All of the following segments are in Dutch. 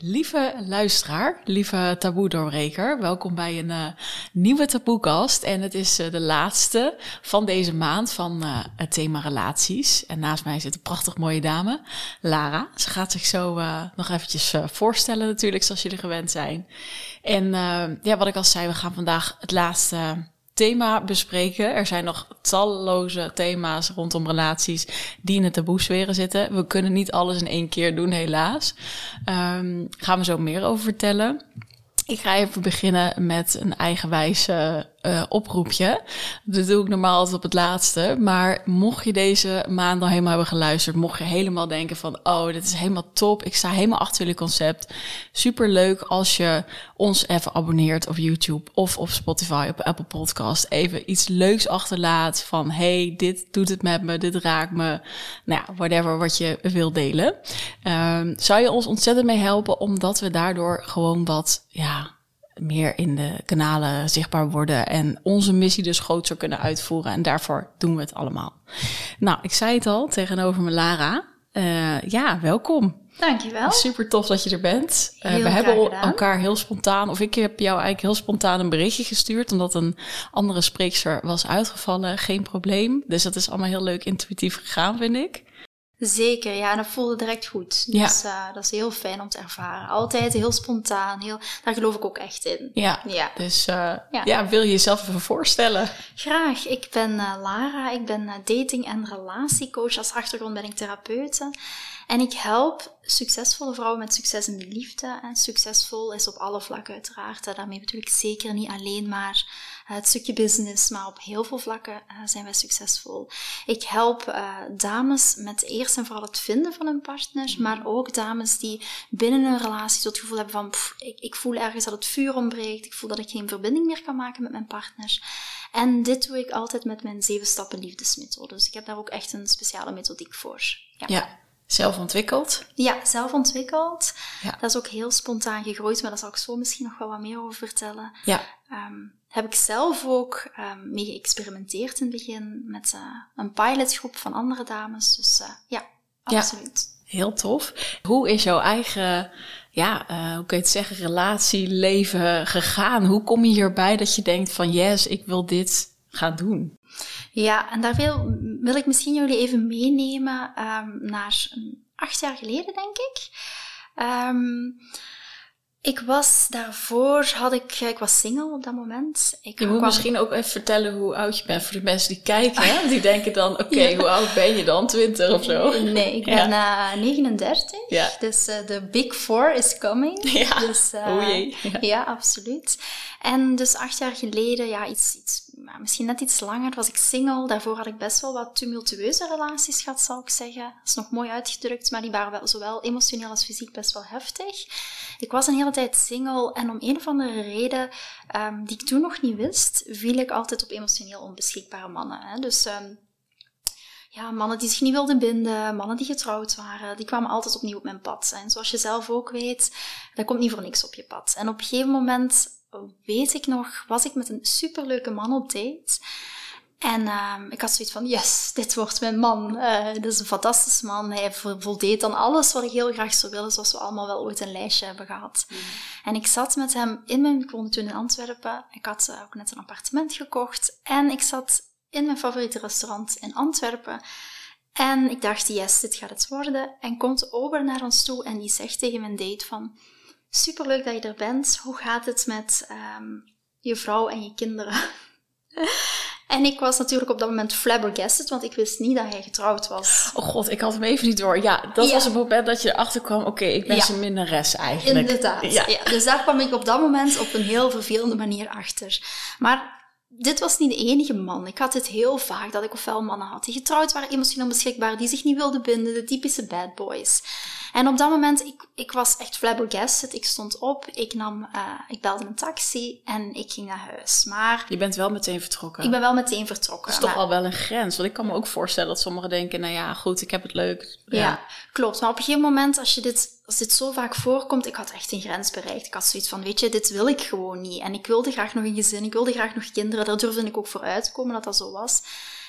Lieve luisteraar, lieve taboe-doorbreker, welkom bij een nieuwe taboekast. En het is de laatste van deze maand van het thema relaties. En naast mij zit een prachtig mooie dame, Lara. Ze gaat zich zo nog eventjes voorstellen natuurlijk, zoals jullie gewend zijn. En wat ik al zei, we gaan vandaag het laatste thema bespreken. Er zijn nog talloze thema's rondom relaties die in de taboesferen zitten. We kunnen niet alles in één keer doen, helaas. Gaan we zo meer over vertellen. Ik ga even beginnen met een eigenwijs oproepje. Dat doe ik normaal altijd op het laatste. Maar mocht je deze maand nog helemaal hebben geluisterd, mocht je helemaal denken van, oh, dit is helemaal top. Ik sta helemaal achter jullie concept. Superleuk als je ons even abonneert op YouTube of op Spotify, op Apple Podcast. Even iets leuks achterlaat van, hey, dit doet het met me, dit raakt me. Nou ja, whatever wat je wil delen. Zou je ons ontzettend mee helpen, omdat we daardoor gewoon wat, meer in de kanalen zichtbaar worden en onze missie dus groter kunnen uitvoeren. En daarvoor doen we het allemaal. Nou, ik zei het al tegenover me, Lara. Welkom. Dankjewel. Super tof dat je er bent. We hebben elkaar heel spontaan, of ik heb jou eigenlijk heel spontaan een berichtje gestuurd, omdat een andere spreekster was uitgevallen. Geen probleem. Dus dat is allemaal heel leuk intuïtief gegaan, vind ik. Zeker, ja, en dat voelde direct goed. Dus dat is heel fijn om te ervaren. Altijd heel spontaan, daar geloof ik ook echt in. Ja. Dus wil je jezelf even voorstellen? Graag. Ik ben Lara, ik ben dating- en relatiecoach. Als achtergrond ben ik therapeute. En ik help succesvolle vrouwen met succes in de liefde. En succesvol is op alle vlakken uiteraard. Daarmee bedoel ik zeker niet alleen maar het stukje business, maar op heel veel vlakken zijn wij succesvol. Ik help dames met eerst en vooral het vinden van een partner, maar ook dames die binnen een relatie het gevoel hebben van, ik voel ergens dat het vuur ontbreekt, ik voel dat ik geen verbinding meer kan maken met mijn partner. En dit doe ik altijd met mijn 7-stappen liefdesmethode. Dus ik heb daar ook echt een speciale methodiek voor. Ja. Zelf ontwikkeld? Ja, zelf ontwikkeld. Ja. Dat is ook heel spontaan gegroeid, maar daar zal ik zo misschien nog wel wat meer over vertellen. Ja. Heb ik zelf ook mee geëxperimenteerd in het begin met een pilotgroep van andere dames. Dus absoluut. Ja, heel tof. Hoe is jouw eigen, hoe kun je het zeggen, relatieleven gegaan? Hoe kom je hierbij dat je denkt van, yes, ik wil dit gaan doen? Ja, en daar wil ik misschien jullie even meenemen naar 8 jaar geleden, denk ik. Ik was daarvoor, ik was single op dat moment. Je moet misschien ook even vertellen hoe oud je bent voor de mensen die kijken. Hè? Die denken dan, hoe oud ben je dan? 20 of zo? Nee, ik ben 39. Ja. Dus de Big Four is coming. Ja, dus, ja, absoluut. En dus 8 jaar geleden, misschien net iets langer, was ik single. Daarvoor had ik best wel wat tumultueuze relaties gehad, zal ik zeggen. Dat is nog mooi uitgedrukt, maar die waren wel zowel emotioneel als fysiek best wel heftig. Ik was een hele tijd single en om een of andere reden die ik toen nog niet wist, viel ik altijd op emotioneel onbeschikbare mannen. Hè. Dus mannen die zich niet wilden binden, mannen die getrouwd waren, die kwamen altijd opnieuw op mijn pad. En zoals je zelf ook weet, dat komt niet voor niks op je pad. En op een gegeven moment, weet ik nog, was ik met een superleuke man op date. En ik had zoiets van, yes, dit wordt mijn man. Dit is een fantastische man. Hij voldeed aan alles wat ik heel graag zou willen, zoals we allemaal wel ooit een lijstje hebben gehad. Mm. En ik zat met hem ik woonde toen in Antwerpen. Ik had ook net een appartement gekocht. En ik zat in mijn favoriete restaurant in Antwerpen. En ik dacht, yes, dit gaat het worden. En komt de ober naar ons toe en die zegt tegen mijn date van, superleuk dat je er bent. Hoe gaat het met je vrouw en je kinderen? En ik was natuurlijk op dat moment flabbergasted, want ik wist niet dat hij getrouwd was. Oh god, ik had hem even niet door. Ja, dat was het moment dat je erachter kwam, oké, ik ben zijn minnares eigenlijk. Inderdaad, ja. Dus daar kwam ik op dat moment op een heel vervelende manier achter. Maar dit was niet de enige man. Ik had het heel vaak dat ik ofwel mannen had die getrouwd waren, emotioneel beschikbaar, die zich niet wilden binden, de typische bad boys. En op dat moment, ik was echt flabbergasted. Ik stond op, ik belde een taxi en ik ging naar huis. Maar je bent wel meteen vertrokken? Ik ben wel meteen vertrokken. Dat is toch al wel een grens? Want ik kan me ook voorstellen dat sommigen denken, goed, ik heb het leuk. Ja, klopt. Maar op een gegeven moment, als dit zo vaak voorkomt, ik had echt een grens bereikt. Ik had zoiets van, weet je, dit wil ik gewoon niet. En ik wilde graag nog een gezin, ik wilde graag nog kinderen. Daar durfde ik ook voor uitkomen dat dat zo was.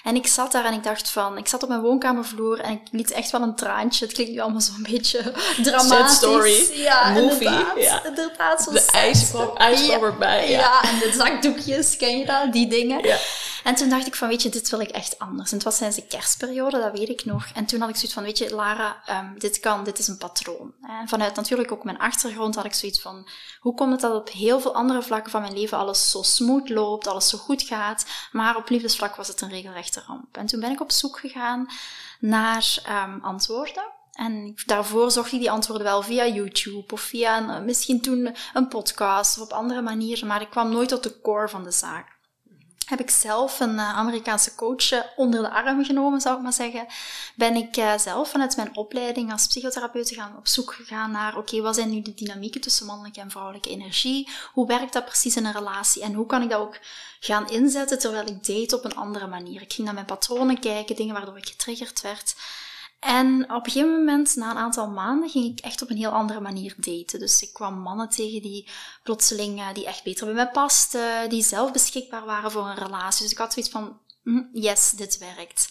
En ik zat daar en ik zat op mijn woonkamervloer en ik liet echt wel een traantje. Het klinkt nu allemaal zo'n beetje dramatisch. Sad story. Ja, movie. Inderdaad, zo de ijs kwam erbij. Ja, en de zakdoekjes, ken je dat? Die dingen. Ja. En toen dacht ik van, weet je, dit wil ik echt anders. En het was tijdens de kerstperiode, dat weet ik nog. En toen had ik zoiets van, weet je, Lara, dit is een patroon. En vanuit natuurlijk ook mijn achtergrond had ik zoiets van, hoe komt het dat op heel veel andere vlakken van mijn leven alles zo smooth loopt, alles zo goed gaat, maar op liefdesvlak was het een regelrechte ramp. En toen ben ik op zoek gegaan naar antwoorden. En daarvoor zocht ik die antwoorden wel via YouTube of via misschien toen een podcast of op andere manieren, maar ik kwam nooit tot de core van de zaak. Heb ik zelf een Amerikaanse coach onder de arm genomen, zou ik maar zeggen. Ben ik zelf vanuit mijn opleiding als psychotherapeut op zoek gegaan naar, oké, wat zijn nu de dynamieken tussen mannelijke en vrouwelijke energie? Hoe werkt dat precies in een relatie? En hoe kan ik dat ook gaan inzetten terwijl ik date op een andere manier? Ik ging naar mijn patronen kijken, dingen waardoor ik getriggerd werd. En op een gegeven moment, na een aantal maanden, ging ik echt op een heel andere manier daten. Dus ik kwam mannen tegen die plotseling, die echt beter bij mij pasten, die zelf beschikbaar waren voor een relatie. Dus ik had zoiets van, yes, dit werkt.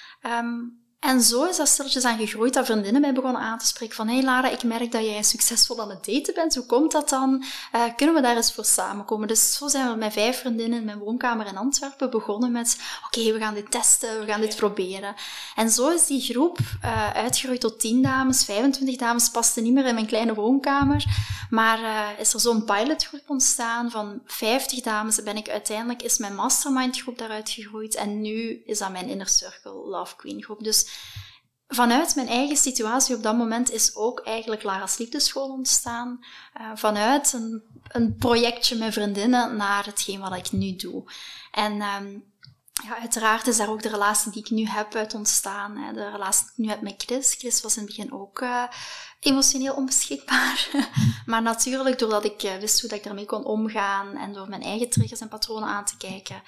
En zo is dat stilletjes aan gegroeid, dat vriendinnen mij begonnen aan te spreken van, hey Lara, ik merk dat jij succesvol aan het daten bent, hoe komt dat dan? Kunnen we daar eens voor samenkomen? Dus zo zijn we met 5 vriendinnen in mijn woonkamer in Antwerpen begonnen met, oké, we gaan dit testen, we gaan dit proberen. En zo is die groep uitgegroeid tot 10 dames, 25 dames, paste niet meer in mijn kleine woonkamer, maar is er zo'n pilotgroep ontstaan van 50 dames, is mijn mastermind groep daaruit gegroeid en nu is dat mijn Inner Circle Love Queen groep. Dus vanuit mijn eigen situatie op dat moment is ook eigenlijk Lara's Liefdesschool ontstaan. Vanuit een projectje met vriendinnen naar hetgeen wat ik nu doe. En uiteraard is daar ook de relatie die ik nu heb uit ontstaan. Hè. De relatie die ik nu heb met Chris. Chris was in het begin ook emotioneel onbeschikbaar. Maar natuurlijk, doordat ik wist hoe dat ik daarmee kon omgaan en door mijn eigen triggers en patronen aan te kijken,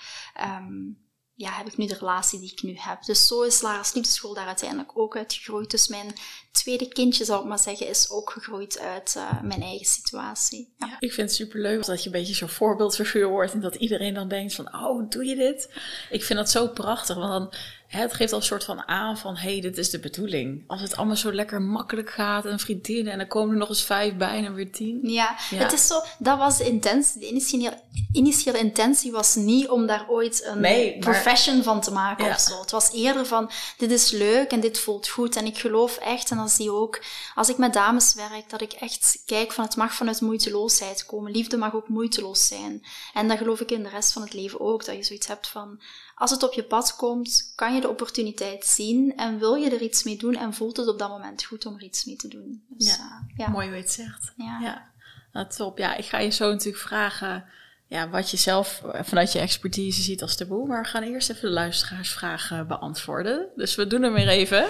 heb ik nu de relatie die ik nu heb. Dus zo is Lara's Liefdesschool daar uiteindelijk ook uitgegroeid. Dus mijn tweede kindje, zou ik maar zeggen, is ook gegroeid uit mijn eigen situatie. Ja. Ik vind het superleuk dat je een beetje zo'n voorbeeldfiguur wordt en dat iedereen dan denkt van, oh, doe je dit? Ik vind dat zo prachtig, want dan, het geeft al een soort van aan van, hey, dit is de bedoeling. Als het allemaal zo lekker makkelijk gaat en vriendinnen en dan komen er nog eens 5 bij en dan weer 10. Ja, het is zo, dat was de intentie. De initiële intentie was niet om daar ooit een profession van te maken of zo. Het was eerder van, dit is leuk en dit voelt goed en ik geloof echt, en dan zie je ook, als ik met dames werk, dat ik echt kijk van, het mag vanuit moeiteloosheid komen. Liefde mag ook moeiteloos zijn. En dat geloof ik in de rest van het leven ook, dat je zoiets hebt van, als het op je pad komt, kan je de opportuniteit zien en wil je er iets mee doen en voelt het op dat moment goed om er iets mee te doen. Dus, mooi hoe je het zegt. Ja. Nou, top. Ja, ik ga je zo natuurlijk vragen wat je zelf vanuit je expertise ziet als taboe, maar we gaan eerst even de luisteraarsvragen beantwoorden. Dus we doen hem weer even.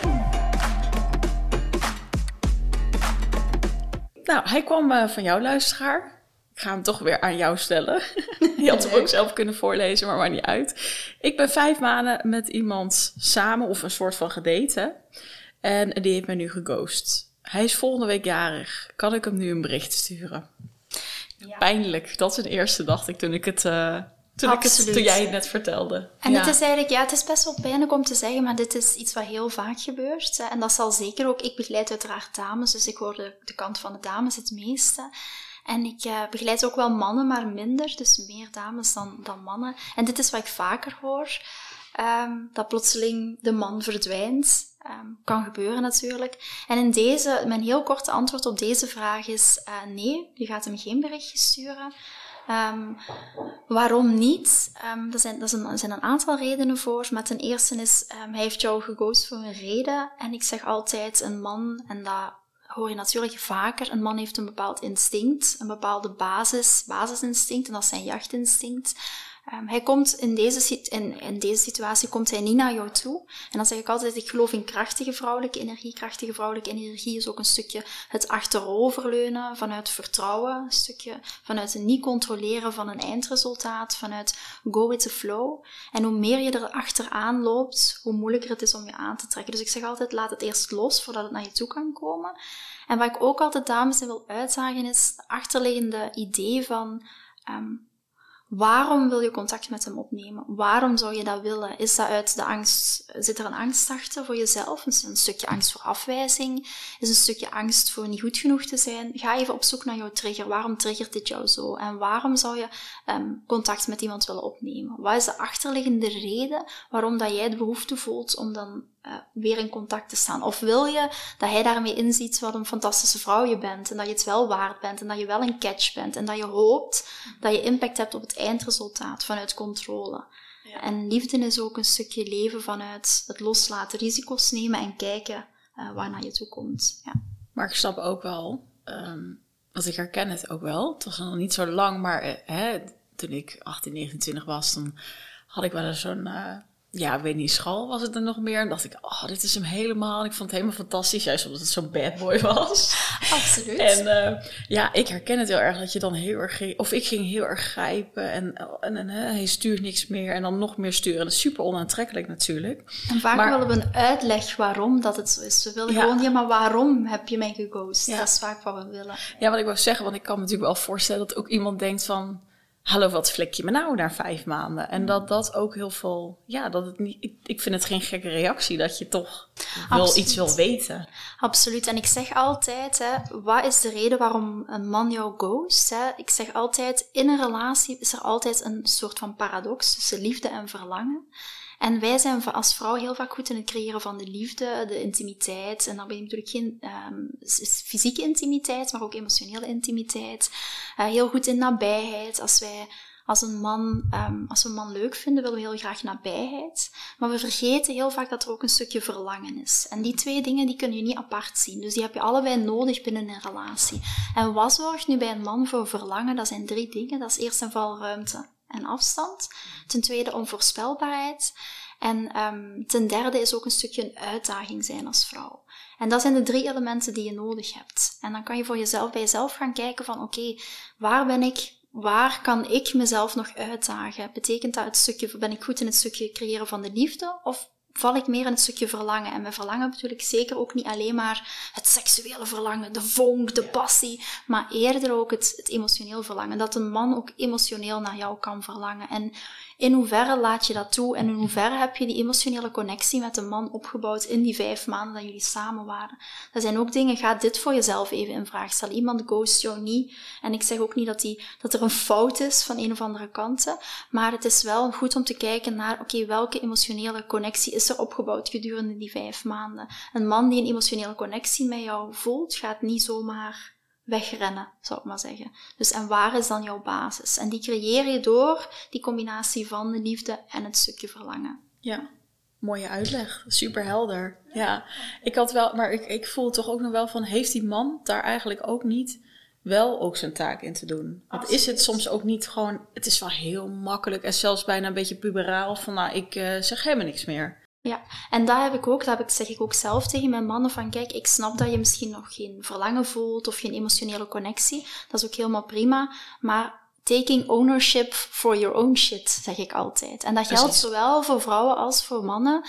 Nou, hij kwam van jouw luisteraar. Ik ga hem toch weer aan jou stellen. Je had hem ook zelf kunnen voorlezen, maar niet uit. Ik ben 5 maanden met iemand samen of een soort van gedate. En die heeft mij nu geghost. Hij is volgende week jarig. Kan ik hem nu een bericht sturen? Ja. Pijnlijk. Dat is een eerste, dacht ik, toen jij het net vertelde. En het is eigenlijk, het is best wel pijnlijk om te zeggen, maar dit is iets wat heel vaak gebeurt. En dat zal zeker ook, ik begeleid uiteraard dames, dus ik hoor de kant van de dames het meeste. En ik begeleid ook wel mannen, maar minder, dus meer dames dan mannen. En dit is wat ik vaker hoor, dat plotseling de man verdwijnt. Kan gebeuren natuurlijk. En mijn heel korte antwoord op deze vraag is nee, je gaat hem geen berichtje sturen. Waarom niet? Er zijn een aantal redenen voor. Maar ten eerste is, hij heeft jou geghost voor een reden. En ik zeg altijd, een man, en dat hoor je natuurlijk vaker, een man heeft een bepaald instinct, een bepaalde basisinstinct, en dat is zijn jachtinstinct. Hij komt in deze situatie komt hij niet naar jou toe. En dan zeg ik altijd, ik geloof in krachtige vrouwelijke energie. Krachtige vrouwelijke energie is ook een stukje het achteroverleunen, vanuit vertrouwen, een stukje vanuit het niet controleren van een eindresultaat, vanuit go with the flow. En hoe meer je er achteraan loopt, hoe moeilijker het is om je aan te trekken. Dus ik zeg altijd, laat het eerst los voordat het naar je toe kan komen. En wat ik ook altijd dames wil uitdagen is het achterliggende idee van Waarom wil je contact met hem opnemen? Waarom zou je dat willen? Is dat uit de angst, zit er een angst achter voor jezelf? Is het een stukje angst voor afwijzing? Is het een stukje angst voor niet goed genoeg te zijn? Ga even op zoek naar jouw trigger. Waarom triggert dit jou zo? En waarom zou je contact met iemand willen opnemen? Wat is de achterliggende reden waarom dat jij de behoefte voelt om dan weer in contact te staan? Of wil je dat hij daarmee inziet wat een fantastische vrouw je bent en dat je het wel waard bent en dat je wel een catch bent en dat je hoopt dat je impact hebt op het eindresultaat vanuit controle. Ja. En liefde is ook een stukje leven vanuit het loslaten, risico's nemen en kijken waar naar je toe komt. Ja. Maar ik snap ook wel, want ik herken het ook wel. Het was nog niet zo lang, maar toen ik 18, 29 was, dan had ik wel eens zo'n... ik weet niet, school was het er nog meer. En dacht ik, dit is hem helemaal. En ik vond het helemaal fantastisch, juist omdat het zo'n bad boy was. Absoluut. En ik herken het heel erg dat je dan heel erg... ik ging heel erg grijpen en hij stuurt niks meer. En dan nog meer sturen. En dat is super onaantrekkelijk natuurlijk. En vaak willen we een uitleg waarom dat het zo is. We willen gewoon, maar waarom heb je mij geghost? Ja. Dat is vaak wat we willen. Ja, wat ik wou zeggen, want ik kan me natuurlijk wel voorstellen dat ook iemand denkt van... Hallo, wat flik je me nou na 5 maanden? En dat ook heel veel... Ja, dat het niet... Ik vind het geen gekke reactie dat je toch iets wil weten. Absoluut. En ik zeg altijd, wat is de reden waarom een man jou ghost? Ik zeg altijd, in een relatie is er altijd een soort van paradox tussen liefde en verlangen. En wij zijn als vrouw heel vaak goed in het creëren van de liefde, de intimiteit. En dan ben je natuurlijk geen fysieke intimiteit, maar ook emotionele intimiteit. Heel goed in nabijheid. Als we een man leuk vinden, willen we heel graag nabijheid. Maar we vergeten heel vaak dat er ook een stukje verlangen is. En die 2 dingen, die kun je niet apart zien. Dus die heb je allebei nodig binnen een relatie. En wat zorgt nu bij een man voor verlangen? Dat zijn 3 dingen. Dat is eerst en vooral ruimte en afstand. Ten tweede onvoorspelbaarheid. En ten derde is ook een stukje een uitdaging zijn als vrouw. En dat zijn de 3 elementen die je nodig hebt. En dan kan je bij jezelf gaan kijken van oké, waar ben ik? Waar kan ik mezelf nog uitdagen? Betekent dat ben ik goed in het stukje creëren van de liefde? Of val ik meer in het stukje verlangen? En met verlangen bedoel ik zeker ook niet alleen maar het seksuele verlangen, de vonk, de passie, maar eerder ook het emotioneel verlangen. Dat een man ook emotioneel naar jou kan verlangen. En in hoeverre laat je dat toe? En in hoeverre heb je die emotionele connectie met een man opgebouwd in die 5 maanden dat jullie samen waren? Dat zijn ook dingen, ga dit voor jezelf even in vraag stellen. Iemand ghost jou niet. En ik zeg ook niet dat er een fout is van een of andere kanten. Maar het is wel goed om te kijken naar, welke emotionele connectie is er opgebouwd gedurende die 5 maanden? Een man die een emotionele connectie met jou voelt, gaat niet zomaar wegrennen, zou ik maar zeggen. Dus en waar is dan jouw basis? En die creëer je door die combinatie van de liefde en het stukje verlangen. Ja, mooie uitleg. Super helder. Ja, ik had wel, maar ik voel toch ook nog wel van, heeft die man daar eigenlijk ook niet wel ook zijn taak in te doen? Want is het soms ook niet gewoon, het is wel heel makkelijk en zelfs bijna een beetje puberaal van, ik zeg helemaal niks meer. Ja, en dat zeg ik ook zelf tegen mijn mannen van, kijk, ik snap dat je misschien nog geen verlangen voelt of geen emotionele connectie. Dat is ook helemaal prima, maar taking ownership for your own shit, zeg ik altijd. En dat geldt zowel voor vrouwen als voor mannen.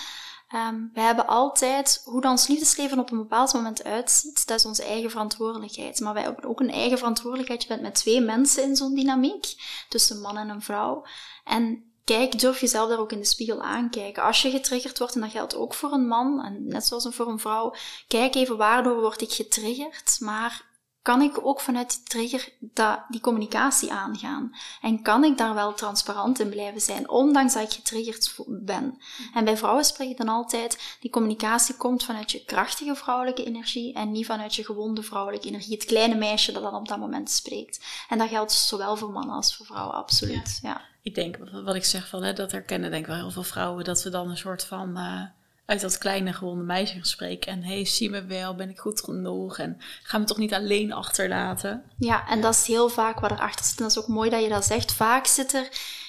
We hebben altijd, hoe dan ons liefdesleven op een bepaald moment uitziet, dat is onze eigen verantwoordelijkheid. Maar wij hebben ook een eigen verantwoordelijkheid. Je bent met 2 mensen in zo'n dynamiek, tussen een man en een vrouw. En durf jezelf daar ook in de spiegel aankijken. Als je getriggerd wordt, en dat geldt ook voor een man, en net zoals voor een vrouw, kijk even waardoor word ik getriggerd, maar kan ik ook vanuit die trigger die communicatie aangaan? En kan ik daar wel transparant in blijven zijn, ondanks dat ik getriggerd ben? En bij vrouwen spreek ik dan altijd, die communicatie komt vanuit je krachtige vrouwelijke energie en niet vanuit je gewonde vrouwelijke energie. Het kleine meisje dat dan op dat moment spreekt. En dat geldt zowel voor mannen als voor vrouwen, absoluut. Ja. Ik denk, wat ik zeg van, dat herkennen denk ik wel heel veel vrouwen, dat we dan een soort van uit dat kleine gewonde meisje gaan spreken. En zie me wel, ben ik goed genoeg? En ga me toch niet alleen achterlaten? Ja, en dat is heel vaak wat erachter zit. En dat is ook mooi dat je dat zegt. Vaak zit er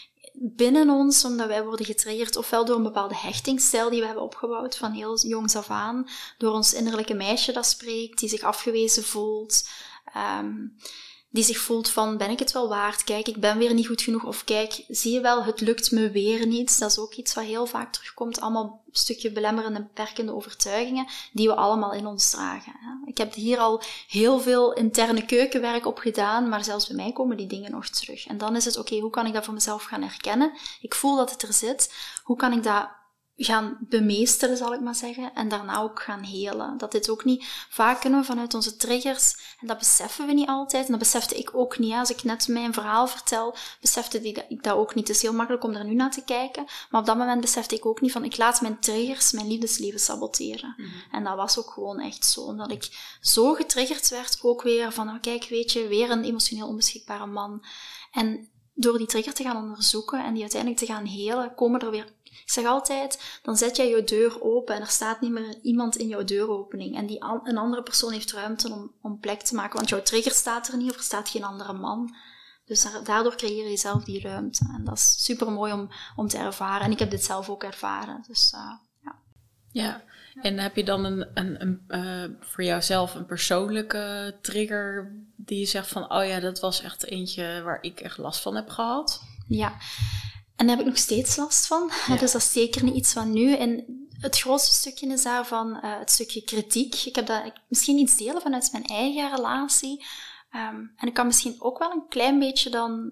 binnen ons, omdat wij worden getriggerd, ofwel door een bepaalde hechtingsstijl die we hebben opgebouwd, van heel jongs af aan, door ons innerlijke meisje dat spreekt, die zich afgewezen voelt, die zich voelt van, ben ik het wel waard? Kijk, ik ben weer niet goed genoeg. Of kijk, zie je wel, het lukt me weer niet. Dat is ook iets wat heel vaak terugkomt. Allemaal een stukje belemmerende en beperkende overtuigingen die we allemaal in ons dragen. Ik heb hier al heel veel interne keukenwerk op gedaan, maar zelfs bij mij komen die dingen nog terug. En dan is het, oké, hoe kan ik dat voor mezelf gaan herkennen? Ik voel dat het er zit. Hoe kan ik dat gaan bemeesteren, zal ik maar zeggen, en daarna ook gaan helen. Dat dit ook niet, vaak kunnen we vanuit onze triggers, en dat beseffen we niet altijd, en dat besefte ik ook niet. Als ik net mijn verhaal vertel, besefte ik dat ook niet. Het is heel makkelijk om daar nu naar te kijken, maar op dat moment besefte ik ook niet van, ik laat mijn triggers mijn liefdesleven saboteren. Mm-hmm. En dat was ook gewoon echt zo, omdat ik zo getriggerd werd, ook weer van, oh, kijk, weet je, weer een emotioneel onbeschikbare man. En door die trigger te gaan onderzoeken en die uiteindelijk te gaan helen, komen er weer... Ik zeg altijd, dan zet jij je deur open en er staat niet meer iemand in jouw deuropening. En een andere persoon heeft ruimte om plek te maken, want jouw trigger staat er niet of er staat geen andere man. Dus daardoor creëer je zelf die ruimte. En dat is super mooi om te ervaren. En ik heb dit zelf ook ervaren. Dus ja. Ja, en heb je dan voor jouzelf een persoonlijke trigger die je zegt van, oh ja, dat was echt eentje waar ik echt last van heb gehad? Ja. En daar heb ik nog steeds last van. Ja. Dus dat is zeker niet iets van nu. En het grootste stukje is daarvan het stukje kritiek. Ik heb misschien iets delen vanuit mijn eigen relatie. En ik kan misschien ook wel een klein beetje dan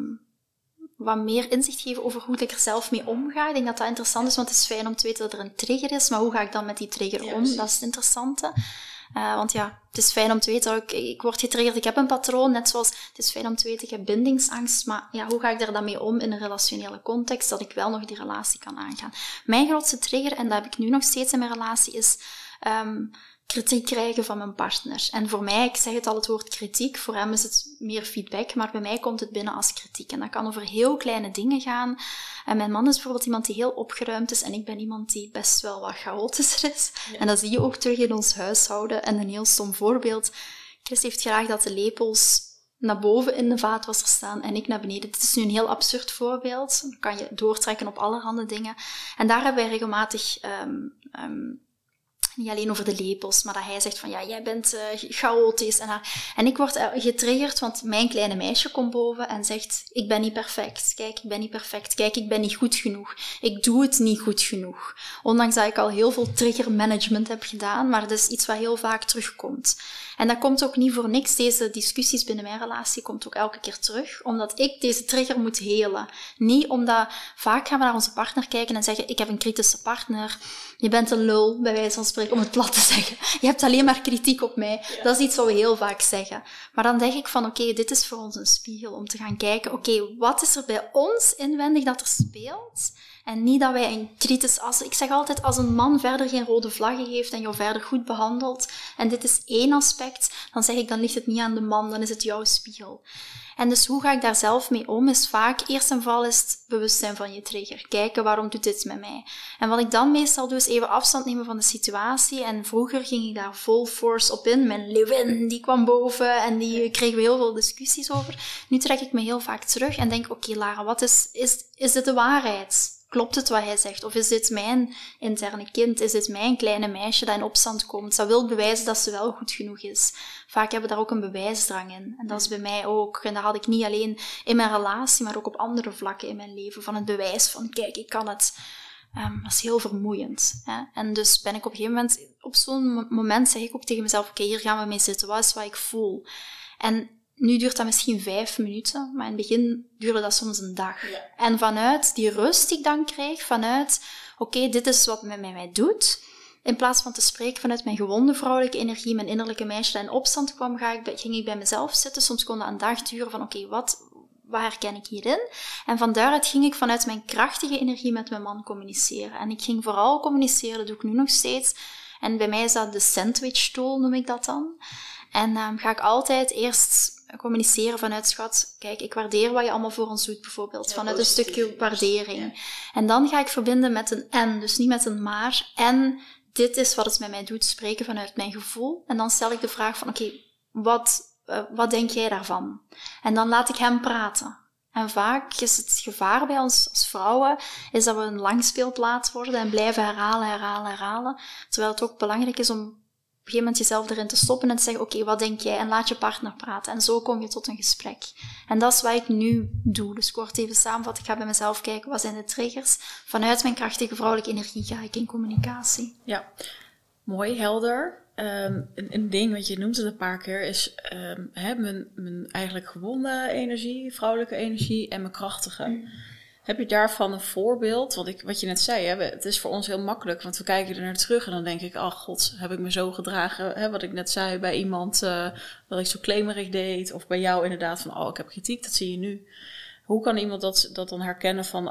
wat meer inzicht geven over hoe ik er zelf mee omga. Ik denk dat dat interessant is, want het is fijn om te weten dat er een trigger is. Maar hoe ga ik dan met die trigger om? Precies. Dat is het interessante. Want ja, het is fijn om te weten dat ik word getriggerd, ik heb een patroon, net zoals het is fijn om te weten, ik heb bindingsangst, maar ja, hoe ga ik daar dan mee om in een relationele context, dat ik wel nog die relatie kan aangaan. Mijn grootste trigger, en dat heb ik nu nog steeds in mijn relatie, is kritiek krijgen van mijn partner. En voor mij, ik zeg het woord kritiek, voor hem is het meer feedback, maar bij mij komt het binnen als kritiek. En dat kan over heel kleine dingen gaan. En mijn man is bijvoorbeeld iemand die heel opgeruimd is en ik ben iemand die best wel wat chaotischer is. Ja. En dat zie je ook terug in ons huishouden. En een heel stom voorbeeld. Chris heeft graag dat de lepels naar boven in de vaatwasser staan en ik naar beneden. Dit is nu een heel absurd voorbeeld. Dan kan je doortrekken op allerhande dingen. En daar hebben wij regelmatig... niet alleen over de lepels, maar dat hij zegt van, ja, jij bent chaotisch. En ik word getriggerd, want mijn kleine meisje komt boven en zegt, ik ben niet perfect. Kijk, ik ben niet perfect. Kijk, ik ben niet goed genoeg. Ik doe het niet goed genoeg. Ondanks dat ik al heel veel triggermanagement heb gedaan, maar dat is iets wat heel vaak terugkomt. En dat komt ook niet voor niks. Deze discussies binnen mijn relatie komt ook elke keer terug, omdat ik deze trigger moet helen. Niet omdat vaak gaan we naar onze partner kijken en zeggen, ik heb een kritische partner, je bent een lul, bij wijze van spreken, om het plat te zeggen. Je hebt alleen maar kritiek op mij. Ja. Dat is iets wat we heel vaak zeggen. Maar dan denk ik van, oké, dit is voor ons een spiegel om te gaan kijken, oké, wat is er bij ons inwendig dat er speelt? En niet dat wij ik zeg altijd, als een man verder geen rode vlaggen heeft en jou verder goed behandelt, en dit is één aspect, dan zeg ik, dan ligt het niet aan de man, dan is het jouw spiegel. En dus hoe ga ik daar zelf mee om, is vaak, eerst en vooral is het bewustzijn van je trigger. Kijken, waarom doet dit met mij? En wat ik dan meestal doe, is even afstand nemen van de situatie. En vroeger ging ik daar full force op in. Mijn leeuwin, die kwam boven en die kregen we heel veel discussies over. Nu trek ik me heel vaak terug en denk, oké, Lara, wat is dit de waarheid? Klopt het wat hij zegt? Of is dit mijn interne kind? Is dit mijn kleine meisje dat in opstand komt? Dat wil bewijzen dat ze wel goed genoeg is. Vaak hebben we daar ook een bewijsdrang in. En dat is bij mij ook. En dat had ik niet alleen in mijn relatie, maar ook op andere vlakken in mijn leven. Van het bewijs van, kijk, ik kan het. Dat is heel vermoeiend. Hè? En dus ben ik op een gegeven moment, op zo'n moment zeg ik ook tegen mezelf, oké, hier gaan we mee zitten. Wat is wat ik voel? En nu duurt dat misschien 5 minuten, maar in het begin duurde dat soms een dag. Ja. En vanuit die rust die ik dan kreeg, vanuit, oké, dit is wat het met mij doet, in plaats van te spreken vanuit mijn gewonde vrouwelijke energie, mijn innerlijke meisje dat in opstand kwam, ging ik bij mezelf zitten. Soms kon dat een dag duren van, oké, wat herken ik hierin? En van daaruit ging ik vanuit mijn krachtige energie met mijn man communiceren. En ik ging vooral communiceren, dat doe ik nu nog steeds. En bij mij is dat de sandwich tool, noem ik dat dan. En ga ik altijd eerst communiceren vanuit, schat, kijk, ik waardeer wat je allemaal voor ons doet, bijvoorbeeld. Ja, vanuit een stukje waardering. Ja. En dan ga ik verbinden met een en, dus niet met een maar. En dit is wat het met mij doet, spreken vanuit mijn gevoel. En dan stel ik de vraag van, oké, wat denk jij daarvan? En dan laat ik hem praten. En vaak is het gevaar bij ons als vrouwen, is dat we een langspeelplaat worden en blijven herhalen. Terwijl het ook belangrijk is om een gegeven moment jezelf erin te stoppen en te zeggen, oké, wat denk jij? En laat je partner praten. En zo kom je tot een gesprek. En dat is wat ik nu doe. Dus kort even samenvatten. Ik ga bij mezelf kijken, wat zijn de triggers? Vanuit mijn krachtige vrouwelijke energie ga ik in communicatie. Ja, mooi, helder. Een ding wat je noemt het een paar keer is mijn eigenlijk gewonde energie, vrouwelijke energie en mijn krachtige. Heb je daarvan een voorbeeld? Wat je net zei, het is voor ons heel makkelijk, want we kijken er naar terug en dan denk ik, ach god, heb ik me zo gedragen? Wat ik net zei bij iemand, dat ik zo claimerig deed, of bij jou inderdaad van, ik heb kritiek, dat zie je nu. Hoe kan iemand dat dan herkennen van,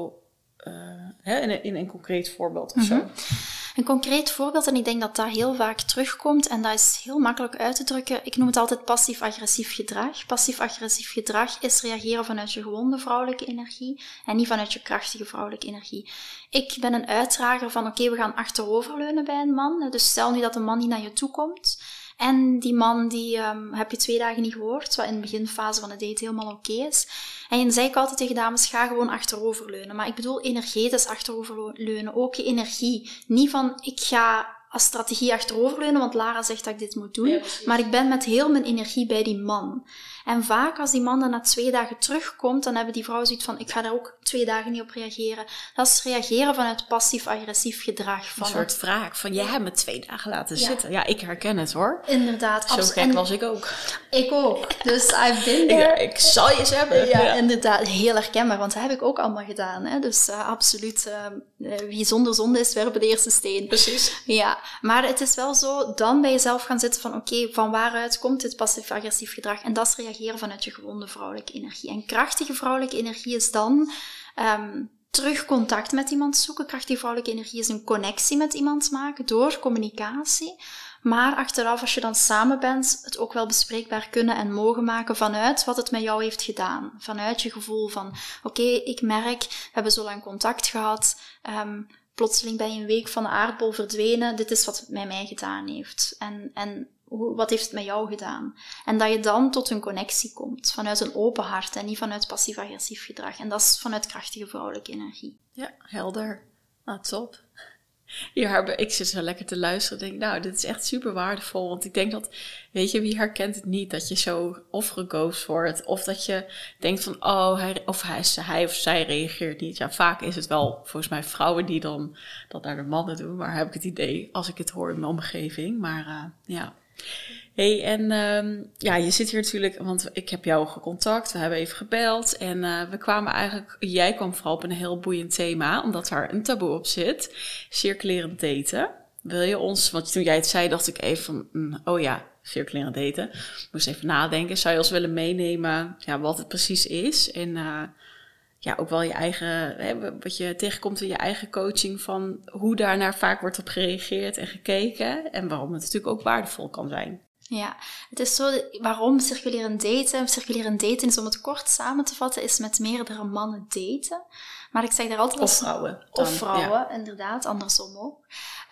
in een concreet voorbeeld of zo? Een concreet voorbeeld, en ik denk dat dat heel vaak terugkomt, en dat is heel makkelijk uit te drukken. Ik noem het altijd passief-agressief gedrag. Passief-agressief gedrag is reageren vanuit je gewonde vrouwelijke energie en niet vanuit je krachtige vrouwelijke energie. Ik ben een uitdrager van, oké, we gaan achteroverleunen bij een man. Dus stel nu dat een man niet naar je toe komt. En die man, die heb je 2 dagen niet gehoord, wat in de beginfase van de date helemaal oké is. En dan zei ik altijd tegen dames, ga gewoon achteroverleunen. Maar ik bedoel energetisch achteroverleunen, ook je energie. Niet van, ik ga als strategie achteroverleunen, want Lara zegt dat ik dit moet doen. Ja, maar ik ben met heel mijn energie bij die man. En vaak als die man dan na 2 dagen terugkomt, dan hebben die vrouwen zoiets van, ik ga daar ook 2 dagen niet op reageren. Dat is reageren vanuit passief-agressief gedrag. Een soort wraak van, jij hebt me 2 dagen laten zitten. Ja, ik herken het hoor. Inderdaad. Zo gek was ik ook. Ik ook. Dus I've been there. Ik zal je eens hebben. Ja, inderdaad. Heel herkenbaar, want dat heb ik ook allemaal gedaan. Hè? Dus absoluut, wie zonder zonde is, werpen de eerste steen. Precies. Ja, maar het is wel zo, dan bij jezelf gaan zitten van, oké, van waaruit komt dit passief-agressief gedrag? En dat is reageren vanuit je gewonde vrouwelijke energie. En krachtige vrouwelijke energie is dan terug contact met iemand zoeken. Krachtige vrouwelijke energie is een connectie met iemand maken door communicatie. Maar achteraf, als je dan samen bent, het ook wel bespreekbaar kunnen en mogen maken vanuit wat het met jou heeft gedaan. Vanuit je gevoel van, oké, ik merk, we hebben zo lang contact gehad, plotseling ben je een week van de aardbol verdwenen, dit is wat het met mij gedaan heeft. En wat heeft het met jou gedaan? En dat je dan tot een connectie komt, vanuit een open hart en niet vanuit passief-agressief gedrag. En dat is vanuit krachtige vrouwelijke energie. Ja, helder. Nou, top. Hier, ik zit zo lekker te luisteren en denk, nou, dit is echt super waardevol. Want ik denk dat, weet je, wie herkent het niet dat je zo of geghost wordt, of dat je denkt van, hij of zij reageert niet. Ja, vaak is het wel volgens mij vrouwen die dan dat naar de mannen doen, maar heb ik het idee als ik het hoor in mijn omgeving. Maar ja. Hey, en je zit hier natuurlijk, want ik heb jou gecontact, we hebben even gebeld en we kwamen eigenlijk, jij kwam vooral op een heel boeiend thema, omdat daar een taboe op zit, circulerend daten. Wil je ons, want toen jij het zei, dacht ik even van, circulerend daten, moest even nadenken, zou je ons willen meenemen, wat het precies is en ook wel je eigen, wat je tegenkomt in je eigen coaching van hoe daarnaar vaak wordt op gereageerd en gekeken en waarom het natuurlijk ook waardevol kan zijn. Ja, het is zo, waarom circulerend daten? Circulerend daten is, om het kort samen te vatten, is met meerdere mannen daten. Maar ik zeg daar altijd... Of vrouwen. Of vrouwen, inderdaad, andersom ook.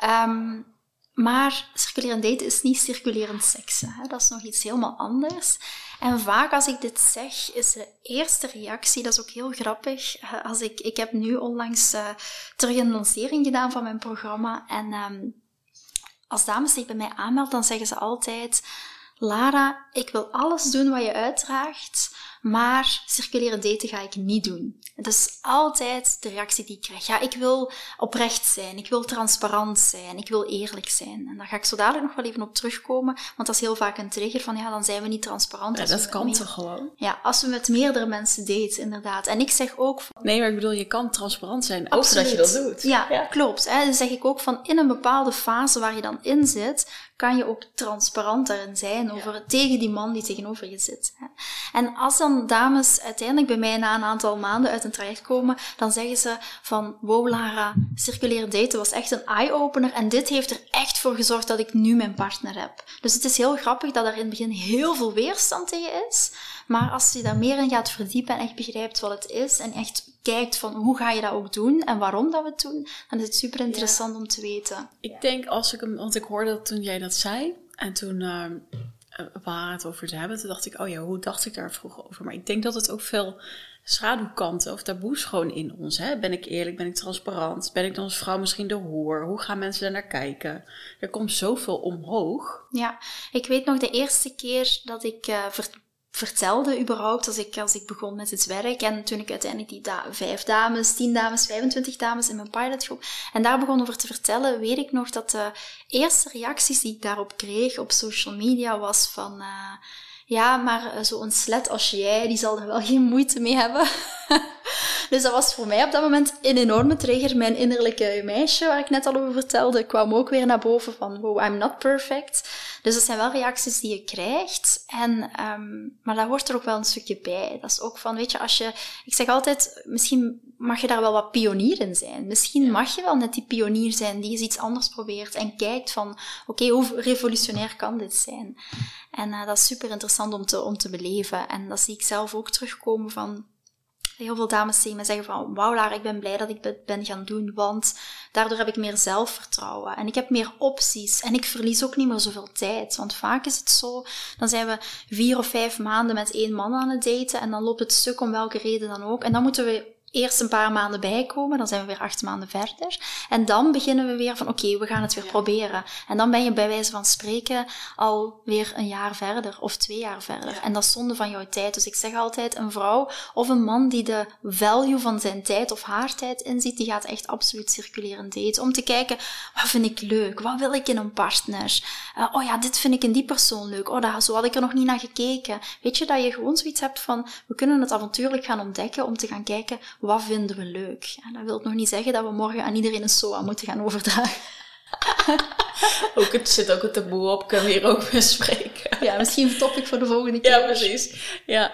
Maar circulerend daten is niet circulerend seksen. Hè? Dat is nog iets helemaal anders. En vaak als ik dit zeg, is de eerste reactie, dat is ook heel grappig. Ik heb nu onlangs terug een lancering gedaan van mijn programma. En als dames zich bij mij aanmelden, dan zeggen ze altijd, Lara, ik wil alles doen wat je uitdraagt, maar circulerend daten ga ik niet doen. Dat is altijd de reactie die ik krijg. Ja, ik wil oprecht zijn, ik wil transparant zijn, ik wil eerlijk zijn. En daar ga ik zo dadelijk nog wel even op terugkomen, want dat is heel vaak een trigger van, dan zijn we niet transparant. Ja, dat kan toch gewoon? Ja, als we met meerdere mensen daten, inderdaad. En ik zeg ook van... Nee, maar ik bedoel, je kan transparant zijn, ook zodat je dat doet. Ja, klopt. Hè. Dan zeg ik ook van, in een bepaalde fase waar je dan in zit, kan je ook transparant daarin zijn tegen die man die tegenover je zit. Hè. En als dan dames uiteindelijk bij mij na een aantal maanden uit een traject komen, dan zeggen ze van, wow Lara, circulerend daten was echt een eye-opener en dit heeft er echt voor gezorgd dat ik nu mijn partner heb. Dus het is heel grappig dat er in het begin heel veel weerstand tegen is, maar als je daar meer in gaat verdiepen en echt begrijpt wat het is en echt kijkt van hoe ga je dat ook doen en waarom dat we het doen, dan is het super interessant om te weten. Ik denk want ik hoorde dat toen jij dat zei en toen waar het over te hebben. Toen dacht ik, hoe dacht ik daar vroeger over? Maar ik denk dat het ook veel schaduwkanten of taboes gewoon in ons. Hè? Ben ik eerlijk? Ben ik transparant? Ben ik dan als vrouw misschien de hoer? Hoe gaan mensen daar naar kijken? Er komt zoveel omhoog. Ja, ik weet nog de eerste keer dat ik vertelde überhaupt als ik begon met het werk. En toen ik uiteindelijk die 5 dames, 10 dames, 25 dames in mijn pilotgroep en daar begon over te vertellen, weet ik nog dat de eerste reacties die ik daarop kreeg op social media was van... ja, maar zo'n slet als jij, die zal er wel geen moeite mee hebben. Dus dat was voor mij op dat moment een enorme trigger. Mijn innerlijke meisje, waar ik net al over vertelde, kwam ook weer naar boven van, wow, I'm not perfect. Dus dat zijn wel reacties die je krijgt. Maar daar hoort er ook wel een stukje bij. Dat is ook van, weet je, ik zeg altijd, misschien mag je daar wel wat pionier in zijn. Misschien mag je wel net die pionier zijn die eens iets anders probeert en kijkt van, oké, hoe revolutionair kan dit zijn? En dat is super interessant om te beleven. En dat zie ik zelf ook terugkomen van... Heel veel dames tegen me zeggen van, wauw Lara, ik ben blij dat ik dit ben gaan doen, want daardoor heb ik meer zelfvertrouwen. En ik heb meer opties. En ik verlies ook niet meer zoveel tijd. Want vaak is het zo, dan zijn we 4 of 5 maanden met 1 man aan het daten. En dan loopt het stuk om welke reden dan ook. En dan moeten we eerst een paar maanden bijkomen, dan zijn we weer 8 maanden verder. En dan beginnen we weer van, oké, we gaan het weer proberen. En dan ben je bij wijze van spreken alweer 1 jaar verder of 2 jaar verder. Ja. En dat is zonde van jouw tijd. Dus ik zeg altijd, een vrouw of een man die de value van zijn tijd of haar tijd inziet, die gaat echt absoluut circulerend daten. Om te kijken, wat vind ik leuk? Wat wil ik in een partner? Dit vind ik in die persoon leuk. Zo had ik er nog niet naar gekeken. Weet je, dat je gewoon zoiets hebt van, we kunnen het avontuurlijk gaan ontdekken om te gaan kijken, wat vinden we leuk? En dat wil nog niet zeggen dat we morgen aan iedereen een SOA moeten gaan overdragen. Het zit ook een taboe op, kunnen we hier ook bespreken. Ja, misschien een topic voor de volgende keer. Ja, precies. Ja,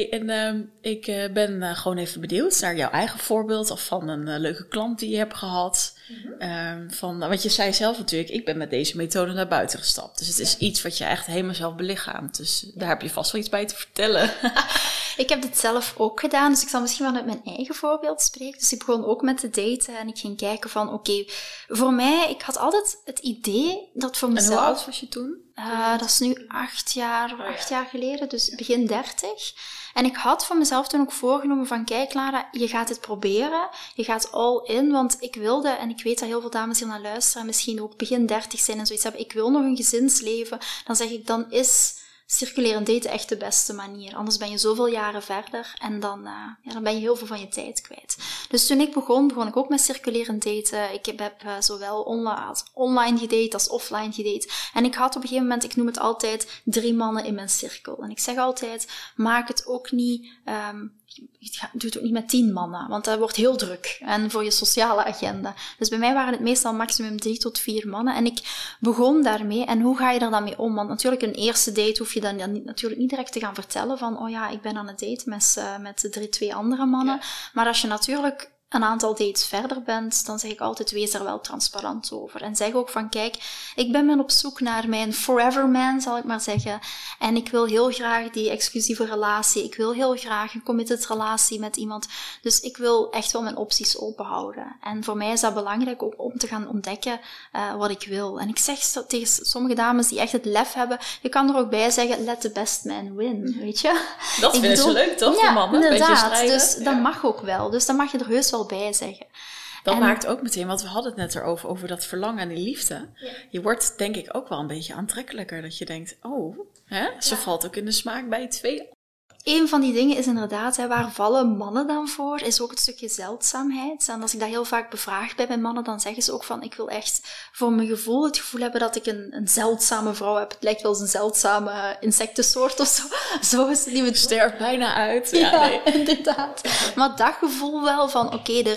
ik ben gewoon even benieuwd naar jouw eigen voorbeeld of van een leuke klant die je hebt gehad. Want je zei zelf natuurlijk, ik ben met deze methode naar buiten gestapt. Dus het is iets wat je echt helemaal zelf belichaamt. Dus daar heb je vast wel iets bij te vertellen. Ik heb dit zelf ook gedaan, dus ik zal misschien wel uit mijn eigen voorbeeld spreken. Dus ik begon ook met te daten en ik ging kijken van, voor mij, ik had altijd het idee dat voor mezelf... En hoe oud was je toen? Dat is nu 8 jaar geleden, dus begin 30. En ik had van mezelf toen ook voorgenomen van, kijk Lara, je gaat het proberen. Je gaat all in, want ik wilde, en ik weet dat heel veel dames hier naar luisteren, misschien ook begin 30 zijn en zoiets hebben, ik wil nog een gezinsleven. Dan zeg ik, dan is circulerend daten echt de beste manier. Anders ben je zoveel jaren verder en dan ben je heel veel van je tijd kwijt. Dus toen ik begon ik ook met circulerend daten. Ik heb zowel online gedate als offline gedate. En ik had op een gegeven moment, ik noem het altijd, 3 mannen in mijn cirkel. En ik zeg altijd, maak het ook niet... doe het ook niet met 10 mannen, want dat wordt heel druk. En voor je sociale agenda. Dus bij mij waren het meestal maximum 3 tot 4 mannen. En ik begon daarmee. En hoe ga je er dan mee om? Want natuurlijk, een eerste date hoef je dan natuurlijk niet direct te gaan vertellen van, ik ben aan het daten met 2 andere mannen. Ja. Maar als je natuurlijk een aantal dates verder bent, dan zeg ik altijd, wees er wel transparant over. En zeg ook van, kijk, ik ben op zoek naar mijn forever man, zal ik maar zeggen. En ik wil heel graag die exclusieve relatie. Ik wil heel graag een committed relatie met iemand. Dus ik wil echt wel mijn opties open houden. En voor mij is dat belangrijk ook om te gaan ontdekken wat ik wil. En ik zeg tegen sommige dames die echt het lef hebben, je kan er ook bij zeggen, let the best man win, weet je? Dat vinden ze leuk, toch? Ja, de mannen, inderdaad. Dus dat mag ook wel. Dus dan mag je er heus wel bij zeggen. Dat maakt ook meteen, want we hadden het net erover, over dat verlangen en die liefde. Ja. Je wordt denk ik ook wel een beetje aantrekkelijker. Dat je denkt, ze valt ook in de smaak bij 2. Een van die dingen is inderdaad, waar vallen mannen dan voor, is ook het stukje zeldzaamheid. En als ik dat heel vaak bevraag bij mijn mannen, dan zeggen ze ook van, ik wil echt voor mijn gevoel het gevoel hebben dat ik een zeldzame vrouw heb. Het lijkt wel eens een zeldzame insectensoort of zo. Zo is het niet. Het sterft bijna uit. Ja, inderdaad. Maar dat gevoel wel van,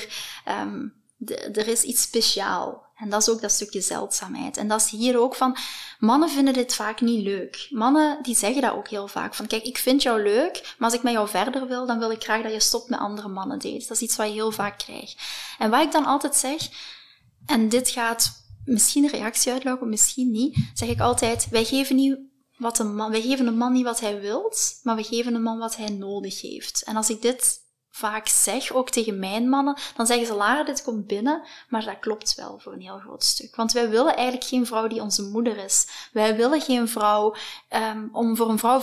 er is iets speciaal. En dat is ook dat stukje zeldzaamheid. En dat is hier ook van, mannen vinden dit vaak niet leuk. Mannen, die zeggen dat ook heel vaak. Van, kijk, ik vind jou leuk, maar als ik met jou verder wil, dan wil ik graag dat je stopt met andere mannen daten. Dat is iets wat je heel vaak krijgt. En wat ik dan altijd zeg, en dit gaat misschien een reactie uitlokken, misschien niet, zeg ik altijd, wij geven een man niet wat hij wilt, maar we geven een man wat hij nodig heeft. En als ik dit vaak zeg, ook tegen mijn mannen, dan zeggen ze, Lara, dit komt binnen, maar dat klopt wel voor een heel groot stuk. Want wij willen eigenlijk geen vrouw die onze moeder is. Wij willen geen vrouw, om voor een vrouw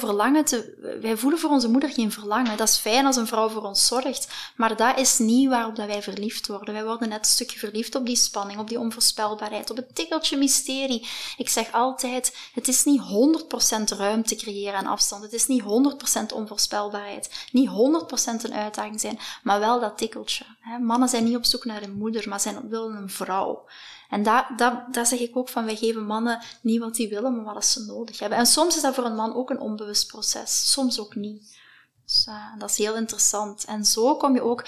wij voelen voor onze moeder geen verlangen. Dat is fijn als een vrouw voor ons zorgt, maar dat is niet waarop dat wij verliefd worden. Wij worden net een stukje verliefd op die spanning, op die onvoorspelbaarheid, op het tikkeltje mysterie. Ik zeg altijd, het is niet 100% ruimte creëren en afstand. Het is niet 100% onvoorspelbaarheid. Niet 100% een uitdaging zijn, maar wel dat tikkeltje. Mannen zijn niet op zoek naar een moeder, maar willen een vrouw. En daar zeg ik ook van, wij geven mannen niet wat die willen, maar wat ze nodig hebben. En soms is dat voor een man ook een onbewust proces, soms ook niet. Dus dat is heel interessant. En zo kom je ook...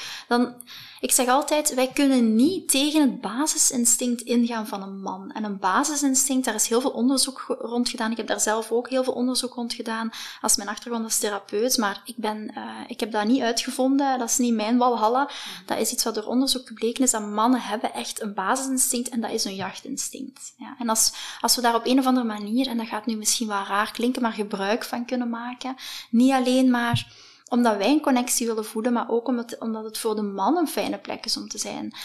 Ik zeg altijd, wij kunnen niet tegen het basisinstinct ingaan van een man. En een basisinstinct, daar is heel veel onderzoek rond gedaan. Ik heb daar zelf ook heel veel onderzoek rond gedaan, als mijn achtergrond als therapeut. Maar ik heb dat niet uitgevonden. Dat is niet mijn walhalla. Dat is iets wat door onderzoek gebleken is, dat mannen hebben echt een basisinstinct, en dat is een jachtinstinct. Ja, en als we daar op een of andere manier, en dat gaat nu misschien wel raar klinken, maar gebruik van kunnen maken, niet alleen maar omdat wij een connectie willen voeden, maar ook omdat het voor de man een fijne plek is om te zijn.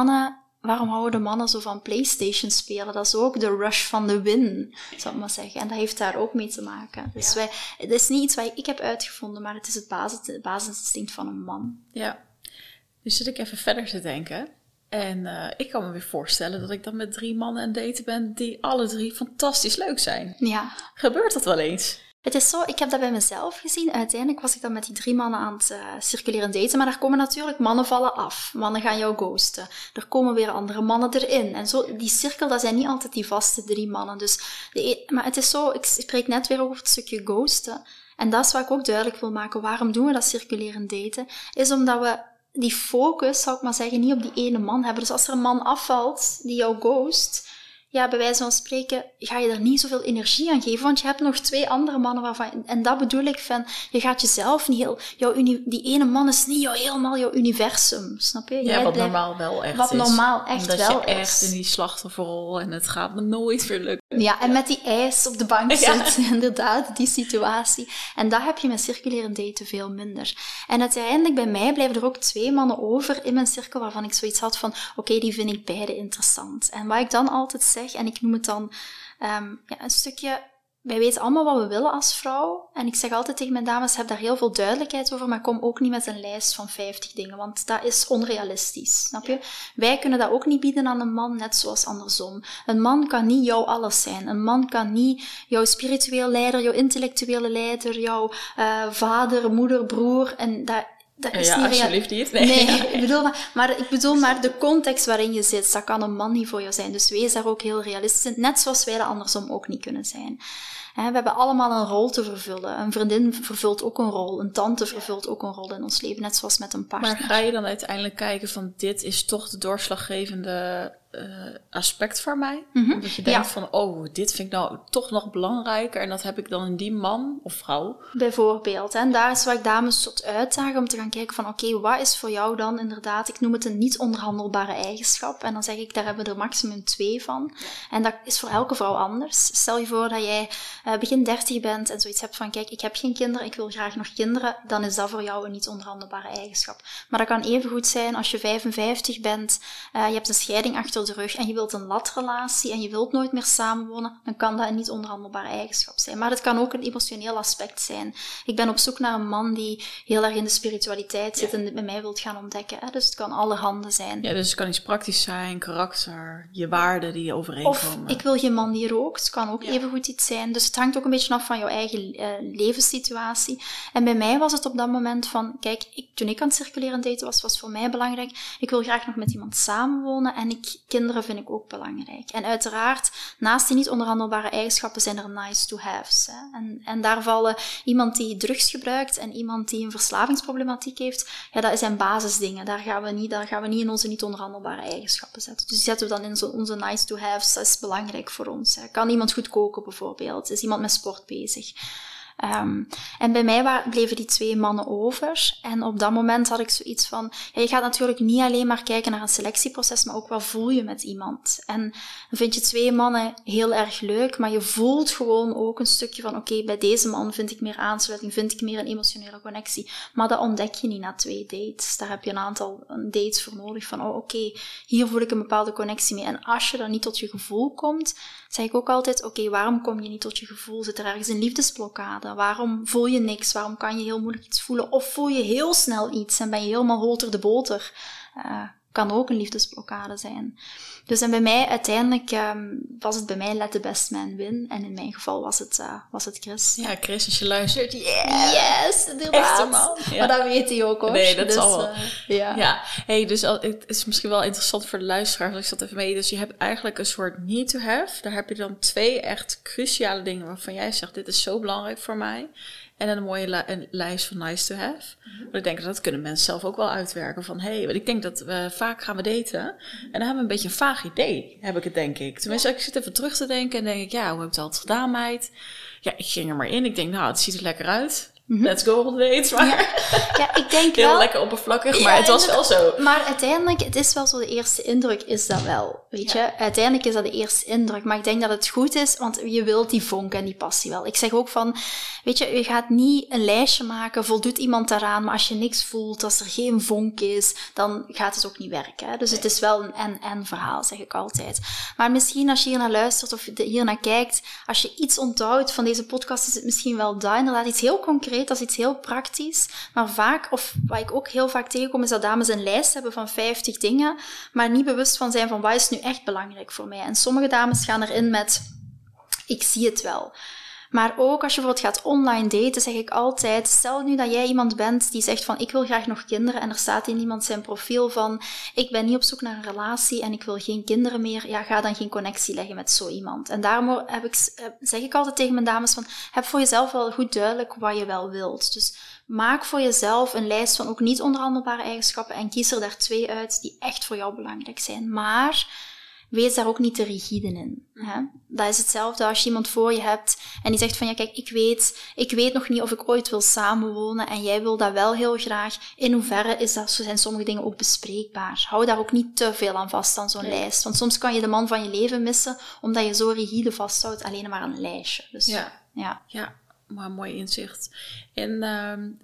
Waarom houden de mannen zo van PlayStation spelen? Dat is ook de rush van de win, zou ik maar zeggen. En dat heeft daar ook mee te maken. Dus het is niet iets wat ik heb uitgevonden, maar het is het basisinstinct van een man. Ja, dus zit ik even verder te denken. En ik kan me weer voorstellen dat ik dan met 3 mannen aan het daten ben die alle 3 fantastisch leuk zijn. Ja. Gebeurt dat wel eens? Het is zo, ik heb dat bij mezelf gezien. Uiteindelijk was ik dan met die 3 mannen aan het circuleren daten. Maar daar komen natuurlijk mannen vallen af. Mannen gaan jou ghosten. Er komen weer andere mannen erin. En zo, die cirkel, dat zijn niet altijd die vaste 3 mannen. Dus maar het is zo, ik spreek net weer over het stukje ghosten. En dat is wat ik ook duidelijk wil maken. Waarom doen we dat circuleren daten? Is omdat we die focus, zou ik maar zeggen, niet op die ene man hebben. Dus als er een man afvalt die jou ghost, ja, bij wijze van spreken, ga je er niet zoveel energie aan geven, want je hebt nog 2 andere mannen waarvan... En dat bedoel ik van, je gaat jezelf niet die ene man is niet helemaal jouw universum, snap je? Ja, wat normaal wel echt wat is. Normaal echt omdat wel je echt in die slachtofferrol en het gaat me nooit weer lukken. Ja, en met die ijs op de bank zit, inderdaad, die situatie. En dat heb je met circuleren daten veel minder. En uiteindelijk, bij mij blijven er ook 2 mannen over in mijn cirkel, waarvan ik zoiets had van, oké, die vind ik beide interessant. En wat ik dan altijd zeg, en ik noem het dan een stukje... Wij weten allemaal wat we willen als vrouw. En ik zeg altijd tegen mijn dames, heb daar heel veel duidelijkheid over, maar kom ook niet met een lijst van 50 dingen, want dat is onrealistisch, snap je? Wij kunnen dat ook niet bieden aan een man, net zoals andersom. Een man kan niet jouw alles zijn. Een man kan niet jouw spiritueel leider, jouw intellectuele leider, jouw vader, moeder, broer, en dat is ja, niet alsjeblieft niet. Nee, ik bedoel maar de context waarin je zit, dat kan een man niet voor jou zijn. Dus wees daar ook heel realistisch in, net zoals wij dat andersom ook niet kunnen zijn. We hebben allemaal een rol te vervullen. Een vriendin vervult ook een rol. Een tante vervult ook een rol in ons leven, net zoals met een partner. Maar ga je dan uiteindelijk kijken van, dit is toch de doorslaggevende aspect voor mij? Mm-hmm. Dat je denkt van, dit vind ik nou toch nog belangrijker, en dat heb ik dan in die man of vrouw. Bijvoorbeeld. En daar is wat ik dames tot uitdagen om te gaan kijken van, oké, wat is voor jou dan inderdaad, ik noem het een niet onderhandelbare eigenschap. En dan zeg ik, daar hebben we er maximum 2 van. En dat is voor elke vrouw anders. Stel je voor dat jij begin 30 bent en zoiets hebt van, kijk, ik heb geen kinderen, ik wil graag nog kinderen, dan is dat voor jou een niet onderhandelbare eigenschap. Maar dat kan even goed zijn als je 55 bent, je hebt een scheiding achter de rug en je wilt een latrelatie en je wilt nooit meer samenwonen, dan kan dat een niet onderhandelbare eigenschap zijn. Maar het kan ook een emotioneel aspect zijn. Ik ben op zoek naar een man die heel erg in de spiritualiteit zit en dit met mij wilt gaan ontdekken. Dus het kan allerhande zijn. Ja, dus het kan iets praktisch zijn, karakter, je waarden die overeenkomen. Of ik wil geen man die rookt, het kan ook even goed iets zijn. Dus het hangt ook een beetje af van jouw eigen levenssituatie. En bij mij was het op dat moment van, kijk, toen ik aan het circuleren daten was voor mij belangrijk. Ik wil graag nog met iemand samenwonen en kinderen vind ik ook belangrijk. En uiteraard, naast die niet onderhandelbare eigenschappen zijn er nice to haves. En daar vallen iemand die drugs gebruikt en iemand die een verslavingsproblematiek heeft. Ja, dat zijn basisdingen. Daar gaan we niet in onze niet onderhandelbare eigenschappen zetten. Dus die zetten we dan in onze nice to haves. Dat is belangrijk voor ons. Kan iemand goed koken bijvoorbeeld? Is iemand met sport bezig? En bij mij bleven die 2 mannen over. En op dat moment had ik zoiets van... Ja, je gaat natuurlijk niet alleen maar kijken naar een selectieproces, maar ook wat voel je met iemand. En dan vind je 2 mannen heel erg leuk, maar je voelt gewoon ook een stukje van... Oké, bij deze man vind ik meer aansluiting, vind ik meer een emotionele connectie. Maar dat ontdek je niet na 2 dates. Daar heb je een aantal dates voor nodig van... Oké, hier voel ik een bepaalde connectie mee. En als je dan niet tot je gevoel komt, zeg ik ook altijd... Oké, waarom kom je niet tot je gevoel? Zit er ergens een liefdesblokkade? Waarom voel je niks? Waarom kan je heel moeilijk iets voelen? Of voel je heel snel iets en ben je helemaal holter de boter? Kan ook een liefdesblokkade zijn. Dus en bij mij, uiteindelijk was het bij mij let the best man win. En in mijn geval was het Chris. Ja, Chris, als je luistert, yes, inderdaad. Echte man. Ja. Maar dat weet hij ook, hoor. Nee, dat zal wel. Ja. Hey, dus het is misschien wel interessant voor de luisteraars. Ik zat even mee. Dus je hebt eigenlijk een soort need to have. Daar heb je dan 2 echt cruciale dingen waarvan jij zegt, dit is zo belangrijk voor mij. En dan een mooie lijst van nice to have. Want ik denk dat kunnen mensen zelf ook wel uitwerken. Van, want ik denk dat we vaak gaan daten. En dan hebben we een beetje een vaag idee, heb ik het denk ik. Tenminste, ik zit even terug te denken en denk ik, hoe heb ik het altijd gedaan, meid? Ja, ik ging er maar in. Ik denk, het ziet er lekker uit. Let's go on dates. Ja, ik denk heel wel... lekker oppervlakkig, maar het was wel zo. Maar uiteindelijk, het is wel zo, de eerste indruk is dat wel, weet je. Uiteindelijk is dat de eerste indruk, maar ik denk dat het goed is, want je wilt die vonk en die passie wel. Ik zeg ook van, weet je gaat niet een lijstje maken, voldoet iemand daaraan, maar als je niks voelt, als er geen vonk is, dan gaat het ook niet werken. Hè? Dus het is wel een en-en verhaal, zeg ik altijd. Maar misschien als je hier naar luistert of hier naar kijkt, als je iets onthoudt van deze podcast, is het misschien wel dat, inderdaad iets heel concreet. Dat is iets heel praktisch, maar vaak, of wat ik ook heel vaak tegenkom, is dat dames een lijst hebben van 50 dingen, maar niet bewust van zijn van wat is nu echt belangrijk voor mij. En sommige dames gaan erin met, ik zie het wel. Maar ook als je bijvoorbeeld gaat online daten, zeg ik altijd, stel nu dat jij iemand bent die zegt van, ik wil graag nog kinderen, en er staat in iemand zijn profiel van, ik ben niet op zoek naar een relatie en ik wil geen kinderen meer, ga dan geen connectie leggen met zo iemand. En daarom zeg ik altijd tegen mijn dames van, heb voor jezelf wel goed duidelijk wat je wel wilt. Dus maak voor jezelf een lijst van ook niet onderhandelbare eigenschappen en kies er daar 2 uit die echt voor jou belangrijk zijn. Maar wees daar ook niet te rigide in. Hè? Dat is hetzelfde als je iemand voor je hebt en die zegt van, kijk, ik weet nog niet of ik ooit wil samenwonen en jij wil dat wel heel graag. In hoeverre zijn sommige dingen ook bespreekbaar? Hou daar ook niet te veel aan vast aan zo'n lijst. Want soms kan je de man van je leven missen omdat je zo rigide vasthoudt alleen maar een lijstje. Dus, ja, maar mooi inzicht. En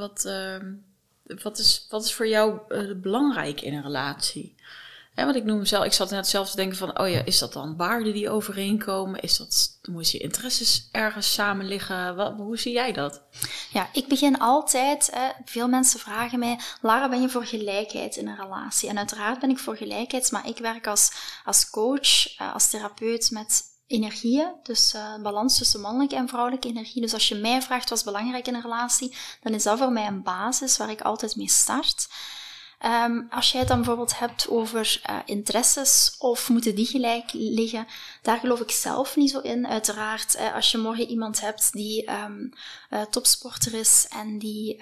wat is voor jou belangrijk in een relatie? Want ik zat net zelf te denken van, is dat dan waarden die overeenkomen? Moet je interesses ergens samen liggen? Hoe zie jij dat? Ja, ik begin altijd, veel mensen vragen mij, Lara, ben je voor gelijkheid in een relatie? En uiteraard ben ik voor gelijkheid, maar ik werk als coach, als therapeut met energieën, dus balans tussen mannelijke en vrouwelijke energie. Dus als je mij vraagt wat is belangrijk in een relatie, dan is dat voor mij een basis waar ik altijd mee start. Als jij het dan bijvoorbeeld hebt over interesses of moeten die gelijk liggen, daar geloof ik zelf niet zo in. Uiteraard, als je morgen iemand hebt die topsporter is en die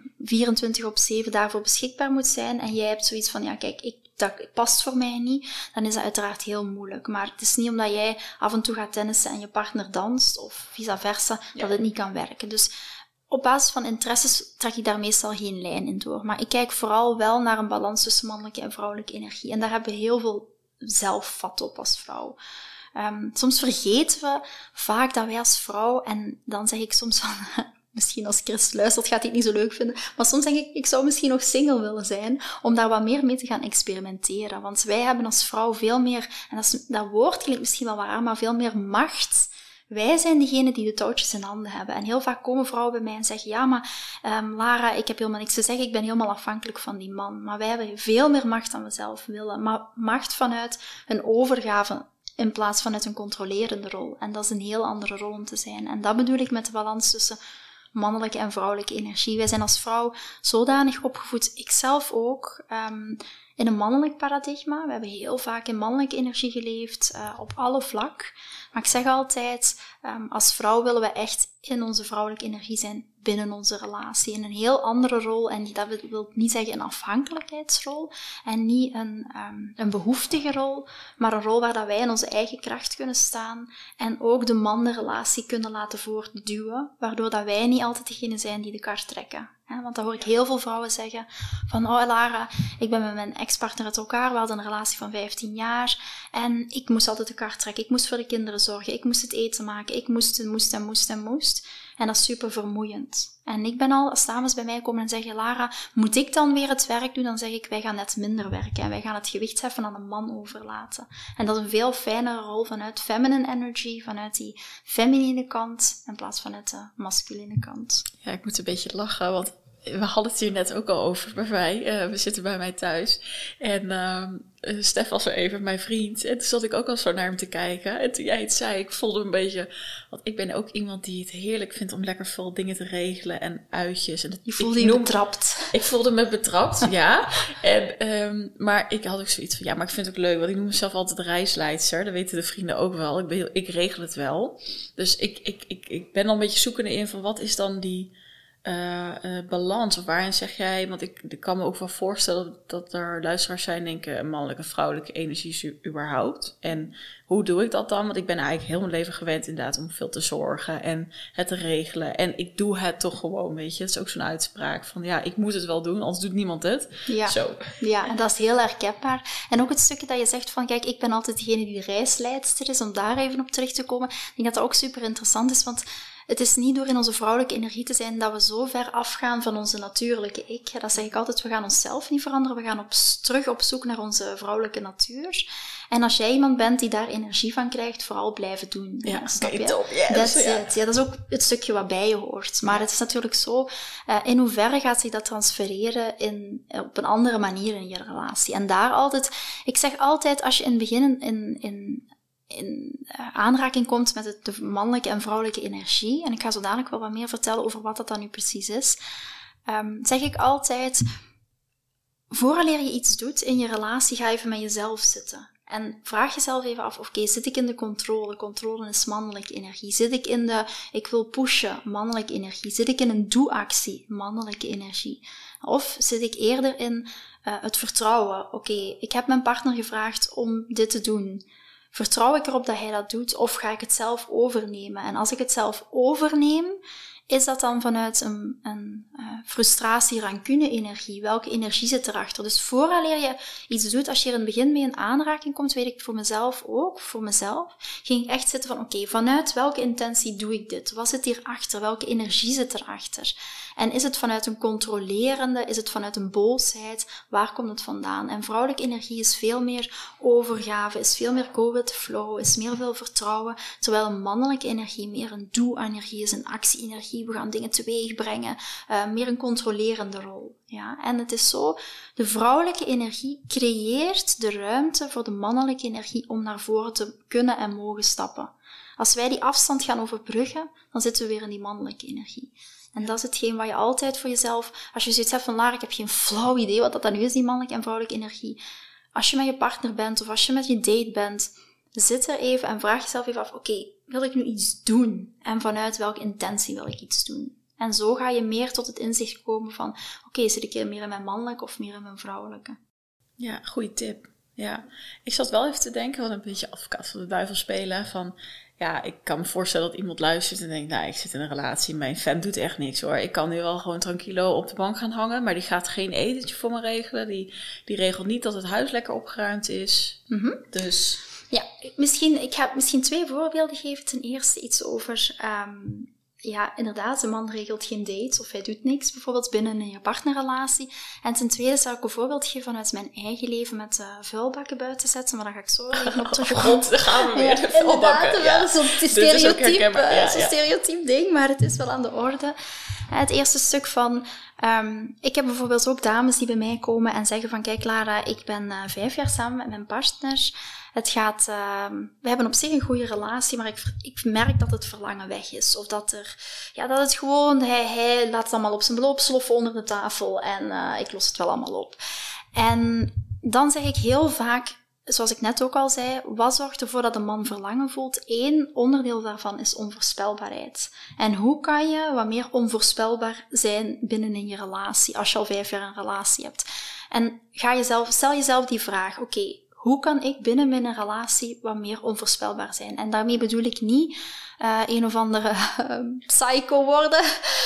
24/7 daarvoor beschikbaar moet zijn en jij hebt zoiets van, kijk, dat past voor mij niet, dan is dat uiteraard heel moeilijk. Maar het is niet omdat jij af en toe gaat tennissen en je partner danst of vice versa, dat het niet kan werken. Dus op basis van interesses trek ik daar meestal geen lijn in door. Maar ik kijk vooral wel naar een balans tussen mannelijke en vrouwelijke energie. En daar hebben we heel veel zelfvat op als vrouw. Soms vergeten we vaak dat wij als vrouw, en dan zeg ik soms van, misschien als Chris luistert gaat hij het niet zo leuk vinden, maar soms denk ik zou misschien nog single willen zijn, om daar wat meer mee te gaan experimenteren. Want wij hebben als vrouw veel meer, en dat woord klinkt misschien wel raar, maar veel meer macht. Wij zijn degene die de touwtjes in handen hebben. En heel vaak komen vrouwen bij mij en zeggen, ja, maar Lara, ik heb helemaal niks te zeggen, ik ben helemaal afhankelijk van die man. Maar wij hebben veel meer macht dan we zelf willen. Maar macht vanuit een overgave in plaats vanuit een controlerende rol. En dat is een heel andere rol om te zijn. En dat bedoel ik met de balans tussen mannelijke en vrouwelijke energie. Wij zijn als vrouw zodanig opgevoed, ikzelf ook. in een mannelijk paradigma. We hebben heel vaak in mannelijke energie geleefd, op alle vlak. Maar ik zeg altijd, als vrouw willen we echt in onze vrouwelijke energie zijn binnen onze relatie. In een heel andere rol, en dat wil niet zeggen een afhankelijkheidsrol, en niet een behoeftige rol, maar een rol waar dat wij in onze eigen kracht kunnen staan, en ook de man de relatie kunnen laten voortduwen, waardoor dat wij niet altijd degene zijn die de kar trekken. Want dan hoor ik heel veel vrouwen zeggen van, oh Lara, ik ben met mijn ex-partner uit elkaar, we hadden een relatie van 15 jaar en ik moest altijd de kar trekken, ik moest voor de kinderen zorgen, ik moest het eten maken, ik moest. En dat is super vermoeiend. En ik ben al, als dames bij mij komen en zeggen, Lara, moet ik dan weer het werk doen? Dan zeg ik, wij gaan net minder werken en wij gaan het gewichtsheffen aan een man overlaten. En dat is een veel fijnere rol vanuit feminine energy, vanuit die feminine kant, in plaats van uit de masculine kant. Ja, ik moet een beetje lachen, want we hadden het hier net ook al over bij mij. We zitten bij mij thuis. En Stef was er even, mijn vriend. En toen zat ik ook al zo naar hem te kijken. En toen jij het zei, ik voelde een beetje... Want ik ben ook iemand die het heerlijk vindt om lekker veel dingen te regelen en uitjes. En je voelde je betrapt. Ik voelde me betrapt, ja. Maar ik had ook zoiets van, ja, maar ik vind het ook leuk. Want ik noem mezelf altijd reisleidster. Dat weten de vrienden ook wel. Ik regel het wel. Dus ik ben al een beetje zoekende in van wat is dan die... balans, of waarin zeg jij, want ik kan me ook wel voorstellen dat er luisteraars zijn denken, mannelijke en vrouwelijke energie is überhaupt. En hoe doe ik dat dan? Want ik ben eigenlijk heel mijn leven gewend inderdaad om veel te zorgen en het te regelen. En ik doe het toch gewoon, weet je. Het is ook zo'n uitspraak van, ja, ik moet het wel doen, anders doet niemand het. Ja. Zo. Ja, en dat is heel herkenbaar. En ook het stukje dat je zegt van, kijk, ik ben altijd degene die de reisleidster is, om daar even op terug te komen. Ik denk dat dat ook super interessant is, want het is niet door in onze vrouwelijke energie te zijn dat we zo ver afgaan van onze natuurlijke ik. Dat zeg ik altijd, we gaan onszelf niet veranderen, we gaan terug op zoek naar onze vrouwelijke natuur. En als jij iemand bent die daar energie van krijgt, vooral blijven doen. Ja, snap je? top. Yes, That's it. Ja, dat is ook het stukje wat bij je hoort. Maar het is natuurlijk zo, in hoeverre gaat zich dat transfereren op een andere manier in je relatie? En daar altijd, ik zeg altijd, als je in het begin in aanraking komt met de mannelijke en vrouwelijke energie, en ik ga zo dadelijk wel wat meer vertellen over wat dat dan nu precies is, zeg ik altijd, vooraleer je iets doet in je relatie, ga even met jezelf zitten. En vraag jezelf even af, oké, zit ik in de controle? Controle is mannelijke energie. Zit ik in de, ik wil pushen, mannelijke energie? Zit ik in een doe-actie, mannelijke energie? Of zit ik eerder in het vertrouwen? Oké, ik heb mijn partner gevraagd om dit te doen. Vertrouw ik erop dat hij dat doet, of ga ik het zelf overnemen? En als ik het zelf overneem, is dat dan vanuit een frustratie, rancune-energie? Welke energie zit erachter? Dus vooraleer je iets doet, als je er in het begin mee in aanraking komt, weet ik voor mezelf ook, ging ik echt zitten van, oké, vanuit welke intentie doe ik dit? Wat zit hierachter? Welke energie zit erachter? En is het vanuit een controlerende? Is het vanuit een boosheid? Waar komt het vandaan? En vrouwelijke energie is veel meer overgave, is veel meer go with the flow, is meer veel vertrouwen, terwijl een mannelijke energie meer een doe-energie is, een actie-energie. We gaan dingen teweeg brengen, meer een controlerende rol. Ja? En het is zo, de vrouwelijke energie creëert de ruimte voor de mannelijke energie om naar voren te kunnen en mogen stappen. Als wij die afstand gaan overbruggen, dan zitten we weer in die mannelijke energie. En dat is hetgeen wat je altijd voor jezelf, als je zoiets hebt van, Lara, ik heb geen flauw idee wat dat nu is, die mannelijke en vrouwelijke energie. Als je met je partner bent, of als je met je date bent, zit er even en vraag jezelf even af, oké, wil ik nu iets doen? En vanuit welke intentie wil ik iets doen? En zo ga je meer tot het inzicht komen van, oké, zit ik hier meer in mijn mannelijke of meer in mijn vrouwelijke? Ja, goede tip. Ja, ik zat wel even te denken, wat een beetje advocaat van de duivel spelen, van, ja, ik kan me voorstellen dat iemand luistert en denkt, nou, ik zit in een relatie, mijn vent doet echt niks hoor. Ik kan nu wel gewoon tranquilo op de bank gaan hangen, maar die gaat geen etentje voor me regelen. Die regelt niet dat het huis lekker opgeruimd is. Mm-hmm. Dus... Ja, ik ga misschien 2 voorbeelden geven. Ten eerste iets over, ja, inderdaad, de man regelt geen dates of hij doet niks, bijvoorbeeld binnen je partnerrelatie. En ten tweede zou ik een voorbeeld geven vanuit mijn eigen leven met vuilbakken buiten zetten, maar daar ga ik zo even op terugkomen. Dan gaan we weer de vuilbakken. Inderdaad, wel zo'n stereotyp ding, maar het is wel aan de orde. Het eerste stuk van, ik heb bijvoorbeeld ook dames die bij mij komen en zeggen van, kijk Lara, ik ben 5 jaar samen met mijn partner. Het gaat, we hebben op zich een goede relatie, maar ik merk dat het verlangen weg is. Of dat het gewoon, hij laat het allemaal op zijn beloop sloffen onder de tafel en ik los het wel allemaal op. En dan zeg ik heel vaak, zoals ik net ook al zei, wat zorgt ervoor dat een man verlangen voelt? 1 onderdeel daarvan is onvoorspelbaarheid. En hoe kan je wat meer onvoorspelbaar zijn binnenin je relatie, als je al 5 jaar een relatie hebt? En stel jezelf die vraag, oké, hoe kan ik binnen mijn relatie wat meer onvoorspelbaar zijn? En daarmee bedoel ik niet een of andere psycho worden,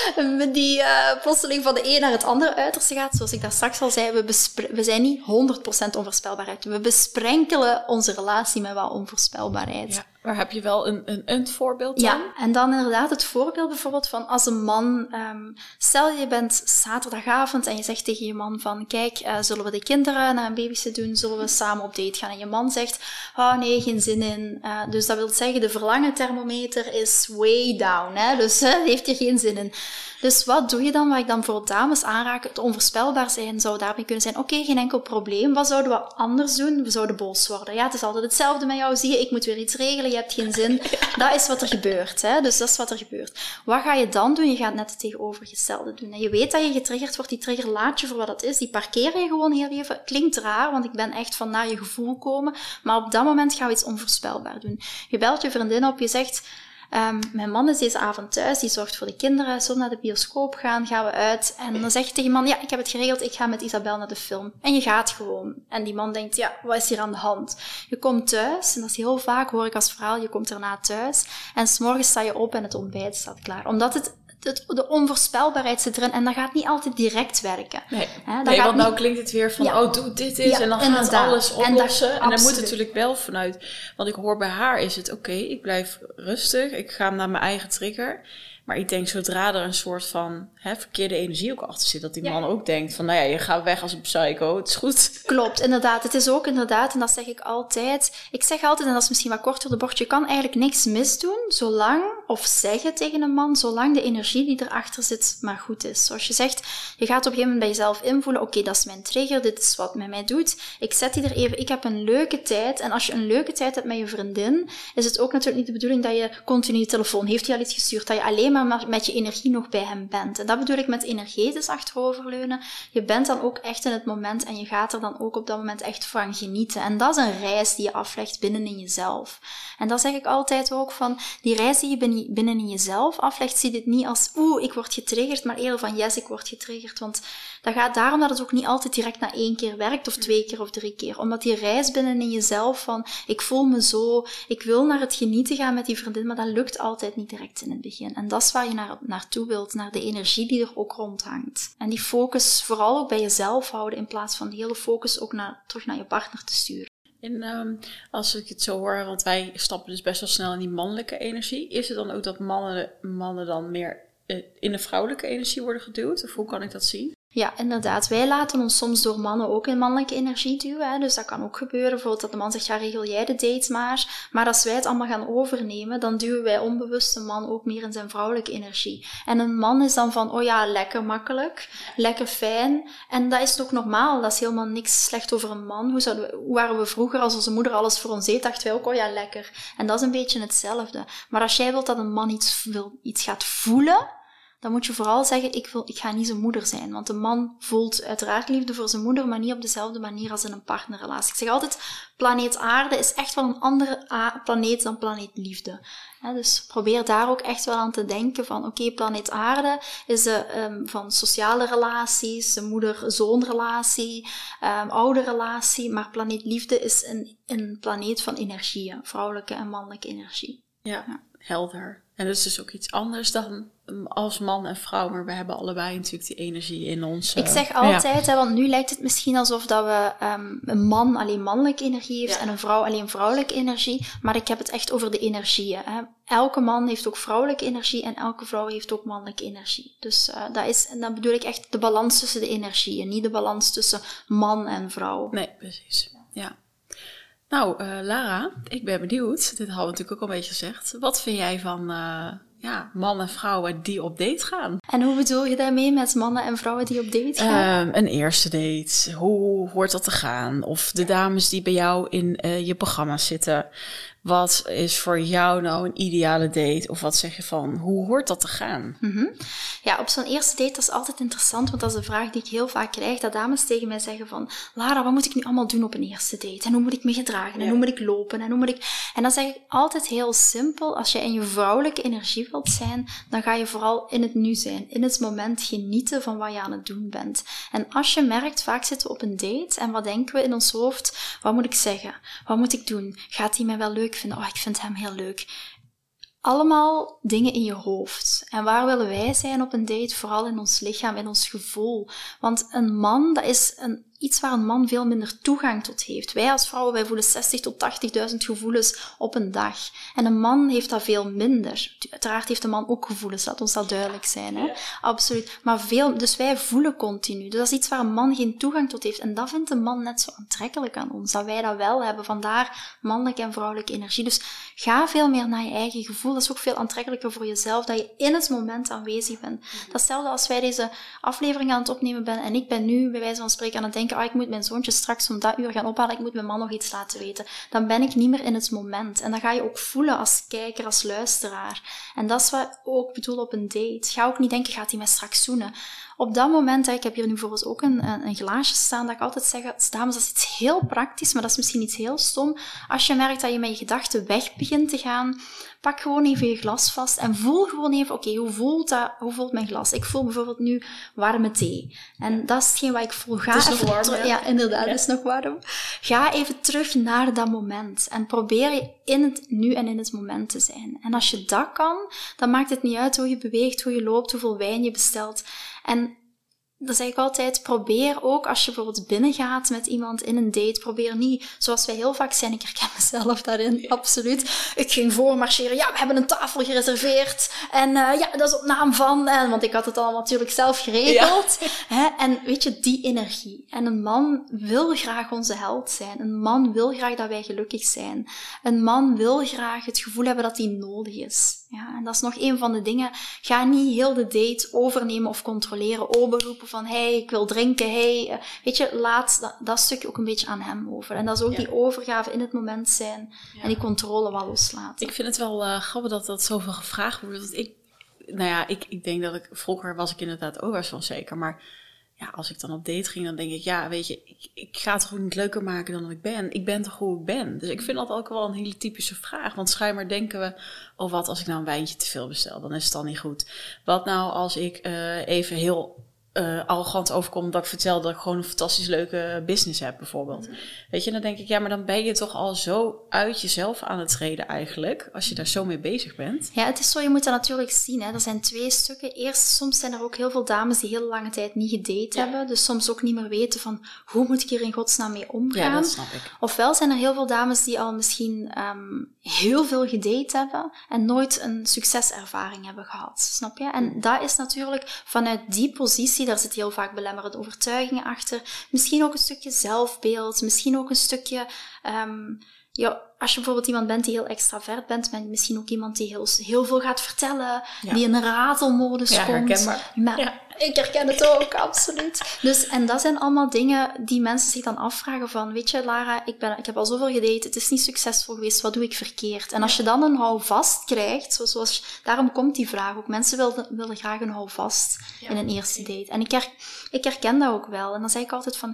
die plotseling van de een naar het andere uiterste gaat. Zoals ik daar straks al zei, we zijn niet 100% onvoorspelbaarheid. We besprenkelen onze relatie met wat onvoorspelbaarheid. Ja, maar heb je wel een voorbeeld dan? Ja, en dan inderdaad het voorbeeld bijvoorbeeld van als een man... stel je bent zaterdagavond en je zegt tegen je man van... Kijk, zullen we de kinderen naar een babysit doen? Zullen we samen op date gaan? En je man zegt... Oh nee, geen zin in. Dus dat wil zeggen, de verlangenthermometer is way down. Hè? Dus heeft hier geen zin in. Dus wat doe je dan? Wat ik dan voor dames aanraak, het onvoorspelbaar zijn zou daarmee kunnen zijn. Oké, geen enkel probleem. Wat zouden we anders doen? We zouden boos worden. Ja, het is altijd hetzelfde met jou. Zie je, ik moet weer iets regelen. Je hebt geen zin. Dat is wat er gebeurt. Hè? Dus dat is wat er gebeurt. Wat ga je dan doen? Je gaat net het tegenovergestelde doen. En je weet dat je getriggerd wordt. Die trigger laat je voor wat dat is. Die parkeer je gewoon heel even. Klinkt raar, want ik ben echt van naar je gevoel komen. Maar op dat moment gaan we iets onvoorspelbaar doen. Je belt je vriendin op. Je zegt... mijn man is deze avond thuis, die zorgt voor de kinderen. Zullen we naar de bioscoop gaan? Gaan we uit? En dan zeg je tegen je man, ja, ik heb het geregeld, ik ga met Isabel naar de film. En je gaat gewoon. En die man denkt, ja, wat is hier aan de hand? Je komt thuis, en dat is heel vaak, hoor ik als verhaal, je komt erna thuis. En 's morgens sta je op en het ontbijt staat klaar. Omdat de onvoorspelbaarheid zit erin en dat gaat niet altijd direct werken. Nee, want nou klinkt het weer van, doe dit is en dan gaat alles oplossen. En dan moet het natuurlijk wel vanuit, want ik hoor bij haar is het oké, ik blijf rustig, ik ga naar mijn eigen trigger. Maar ik denk, zodra er een soort van verkeerde energie ook achter zit, dat die man ook denkt van, je gaat weg als een psycho, het is goed. Klopt, inderdaad. Het is ook inderdaad, en dat zeg ik altijd. Ik zeg altijd, en dat is misschien wat korter de bocht, je kan eigenlijk niks misdoen, zolang, of zeggen tegen een man, zolang de energie die erachter zit maar goed is. Zoals je zegt, je gaat op een gegeven moment bij jezelf invoelen, oké, dat is mijn trigger, dit is wat het met mij doet. Ik zet die er even, ik heb een leuke tijd. En als je een leuke tijd hebt met je vriendin, is het ook natuurlijk niet de bedoeling dat je continu je telefoon, heeft hij al iets gestuurd, dat je alleen maar met je energie nog bij hem bent. En dat bedoel ik met energetisch achteroverleunen. Je bent dan ook echt in het moment en je gaat er dan ook op dat moment echt van genieten. En dat is een reis die je aflegt binnenin jezelf. En dat zeg ik altijd ook van, die reis die je binnenin jezelf aflegt, zie dit niet als, ik word getriggerd, maar eerder van, yes, ik word getriggerd. Want dat gaat daarom dat het ook niet altijd direct na 1 keer werkt, of 2 keer of 3 keer. Omdat die reis binnenin jezelf van, ik voel me zo, ik wil naar het genieten gaan met die vriendin, maar dat lukt altijd niet direct in het begin. En dat is waar je naartoe wilt, naar de energie die er ook rondhangt. En die focus vooral ook bij jezelf houden, in plaats van de hele focus ook terug naar je partner te sturen. En als ik het zo hoor, want wij stappen dus best wel snel in die mannelijke energie, is het dan ook dat mannen dan meer in de vrouwelijke energie worden geduwd? Of hoe kan ik dat zien? Ja, inderdaad. Wij laten ons soms door mannen ook in mannelijke energie duwen. Hè. Dus dat kan ook gebeuren. Bijvoorbeeld dat de man zegt, ja, regel jij de dates maar. Maar als wij het allemaal gaan overnemen, dan duwen wij onbewust de man ook meer in zijn vrouwelijke energie. En een man is dan van, lekker makkelijk, lekker fijn. En dat is ook normaal. Dat is helemaal niks slecht over een man. Hoe waren we vroeger, als onze moeder alles voor ons deed, dachten wij ook, lekker. En dat is een beetje hetzelfde. Maar als jij wilt dat een man iets gaat voelen, dan moet je vooral zeggen, ik ga niet zijn moeder zijn. Want een man voelt uiteraard liefde voor zijn moeder, maar niet op dezelfde manier als in een partnerrelatie. Ik zeg altijd, planeet Aarde is echt wel een andere planeet dan planeet liefde. Dus probeer daar ook echt wel aan te denken van, oké, planeet Aarde is van sociale relaties, een moeder-zoon-relatie, ouderrelatie, maar planeet liefde is een planeet van energieën, vrouwelijke en mannelijke energie. Ja, helder. En dat is dus ook iets anders dan als man en vrouw, maar we hebben allebei natuurlijk die energie in ons. Ik zeg altijd, want nu lijkt het misschien alsof dat we een man alleen mannelijke energie heeft en een vrouw alleen vrouwelijke energie, maar ik heb het echt over de energieën. Hè. Elke man heeft ook vrouwelijke energie en elke vrouw heeft ook mannelijke energie. Dus dan bedoel ik echt de balans tussen de energieën, niet de balans tussen man en vrouw. Nee, precies. Ja. Nou, Lara, ik ben benieuwd. Dit hadden we natuurlijk ook al een beetje gezegd. Wat vind jij van mannen en vrouwen die op date gaan? En hoe bedoel je daarmee met mannen en vrouwen die op date gaan? Een eerste date. Hoe hoort dat te gaan? Of de dames die bij jou in je programma zitten. wat is voor jou nou een ideale date? Of wat zeg je van, hoe hoort dat te gaan? Mm-hmm. Ja, op zo'n eerste date, dat is altijd interessant, want dat is de vraag die ik heel vaak krijg, dat dames tegen mij zeggen van, Lara, wat moet ik nu allemaal doen op een eerste date? En hoe moet ik me gedragen? En hoe moet ik lopen? En hoe moet ik... En dan zeg ik altijd heel simpel, als je in je vrouwelijke energie wilt zijn, dan ga je vooral in het nu zijn, in het moment genieten van wat je aan het doen bent. En als je merkt, vaak zitten we op een date en wat denken we in ons hoofd? Wat moet ik zeggen? Wat moet ik doen? Gaat hij mij wel leuk vinden? Oh, ik vind hem heel leuk. Allemaal dingen in je hoofd. En waar willen wij zijn op een date? Vooral in ons lichaam, in ons gevoel. Want een man, dat is iets waar een man veel minder toegang tot heeft. Wij als vrouwen, wij voelen 60.000 tot 80.000 gevoelens op een dag. En een man heeft dat veel minder. Uiteraard heeft een man ook gevoelens, laat ons dat duidelijk zijn. Hè? Ja. Absoluut. Maar dus wij voelen continu. Dus dat is iets waar een man geen toegang tot heeft. En dat vindt een man net zo aantrekkelijk aan ons. Dat wij dat wel hebben. Vandaar mannelijke en vrouwelijke energie. Dus ga veel meer naar je eigen gevoel. Dat is ook veel aantrekkelijker voor jezelf, dat je in het moment aanwezig bent. Datzelfde als wij deze aflevering aan het opnemen zijn en ik ben nu bij wijze van spreken aan het denken, ik moet mijn zoontje straks om dat uur gaan ophalen, ik moet mijn man nog iets laten weten. Dan ben ik niet meer in het moment. En dat ga je ook voelen als kijker, als luisteraar. En dat is wat ik ook bedoel op een date. Ga ook niet denken, gaat hij mij straks zoenen? Op dat moment, ik heb hier nu bijvoorbeeld ook een glaasje staan, dat ik altijd zeg, dames, dat is iets heel praktisch, maar dat is misschien iets heel stom. Als je merkt dat je met je gedachten weg begint te gaan, pak gewoon even je glas vast en voel gewoon even, oké, hoe voelt mijn glas? Ik voel bijvoorbeeld nu warme thee. En dat is hetgeen wat ik voel. Het is nog warm, ja, inderdaad, het is nog warm. Ga even terug naar dat moment en probeer je in het nu en in het moment te zijn. En als je dat kan, dan maakt het niet uit hoe je beweegt, hoe je loopt, hoeveel wijn je bestelt. En dan zeg ik altijd, probeer ook als je bijvoorbeeld binnengaat met iemand in een date, probeer niet, zoals wij heel vaak zijn, ik herken mezelf daarin, absoluut. Ik ging voormarcheren, we hebben een tafel gereserveerd en dat is op naam van, want ik had het allemaal natuurlijk zelf geregeld. Ja. Hè? En weet je, die energie. En een man wil graag onze held zijn. Een man wil graag dat wij gelukkig zijn. Een man wil graag het gevoel hebben dat hij nodig is. Ja, en dat is nog een van de dingen. Ga niet heel de date overnemen of controleren, openroepen van, ik wil drinken, weet je, laat dat stukje ook een beetje aan hem over. En dat is ook die overgave in het moment zijn en die controle wel loslaten. Ik vind het wel grappig dat zoveel gevraagd wordt. Want ik denk dat vroeger was ik inderdaad ook wel zeker, maar als ik dan op date ging, dan denk ik, weet je, ik ga het toch niet leuker maken dan dat ik ben. Ik ben toch hoe ik ben. Dus ik vind dat ook wel een hele typische vraag. Want schijnbaar denken we, wat als ik nou een wijntje te veel bestel? Dan is het dan niet goed. Wat nou als ik even heel arrogant overkom dat ik vertel dat ik gewoon een fantastisch leuke business heb, bijvoorbeeld. Mm. Weet je, dan denk ik, maar dan ben je toch al zo uit jezelf aan het treden eigenlijk, als je daar zo mee bezig bent. Ja, het is zo, je moet dat natuurlijk zien. Hè. Er zijn twee stukken. Eerst, soms zijn er ook heel veel dames die heel lange tijd niet gedate hebben, dus soms ook niet meer weten van, hoe moet ik hier in godsnaam mee omgaan? Ja, dat snap ik. Ofwel zijn er heel veel dames die al misschien heel veel gedate hebben en nooit een succeservaring hebben gehad, snap je? En dat is natuurlijk vanuit die positie, daar zit heel vaak belemmerende overtuigingen achter. Misschien ook een stukje zelfbeeld. Misschien ook een stukje... als je bijvoorbeeld iemand bent die heel extravert bent, ben je misschien ook iemand die heel veel gaat vertellen, die in een ratelmodus komt. Herkenbaar. Maar ik herken het ook, absoluut. Dus, en dat zijn allemaal dingen die mensen zich dan afvragen van, weet je, Lara, ik heb al zoveel gedate, het is niet succesvol geweest, wat doe ik verkeerd? En als je dan een houvast krijgt, daarom komt die vraag ook. Mensen willen graag een houvast in een eerste date. En ik herken dat ook wel. En dan zeg ik altijd van,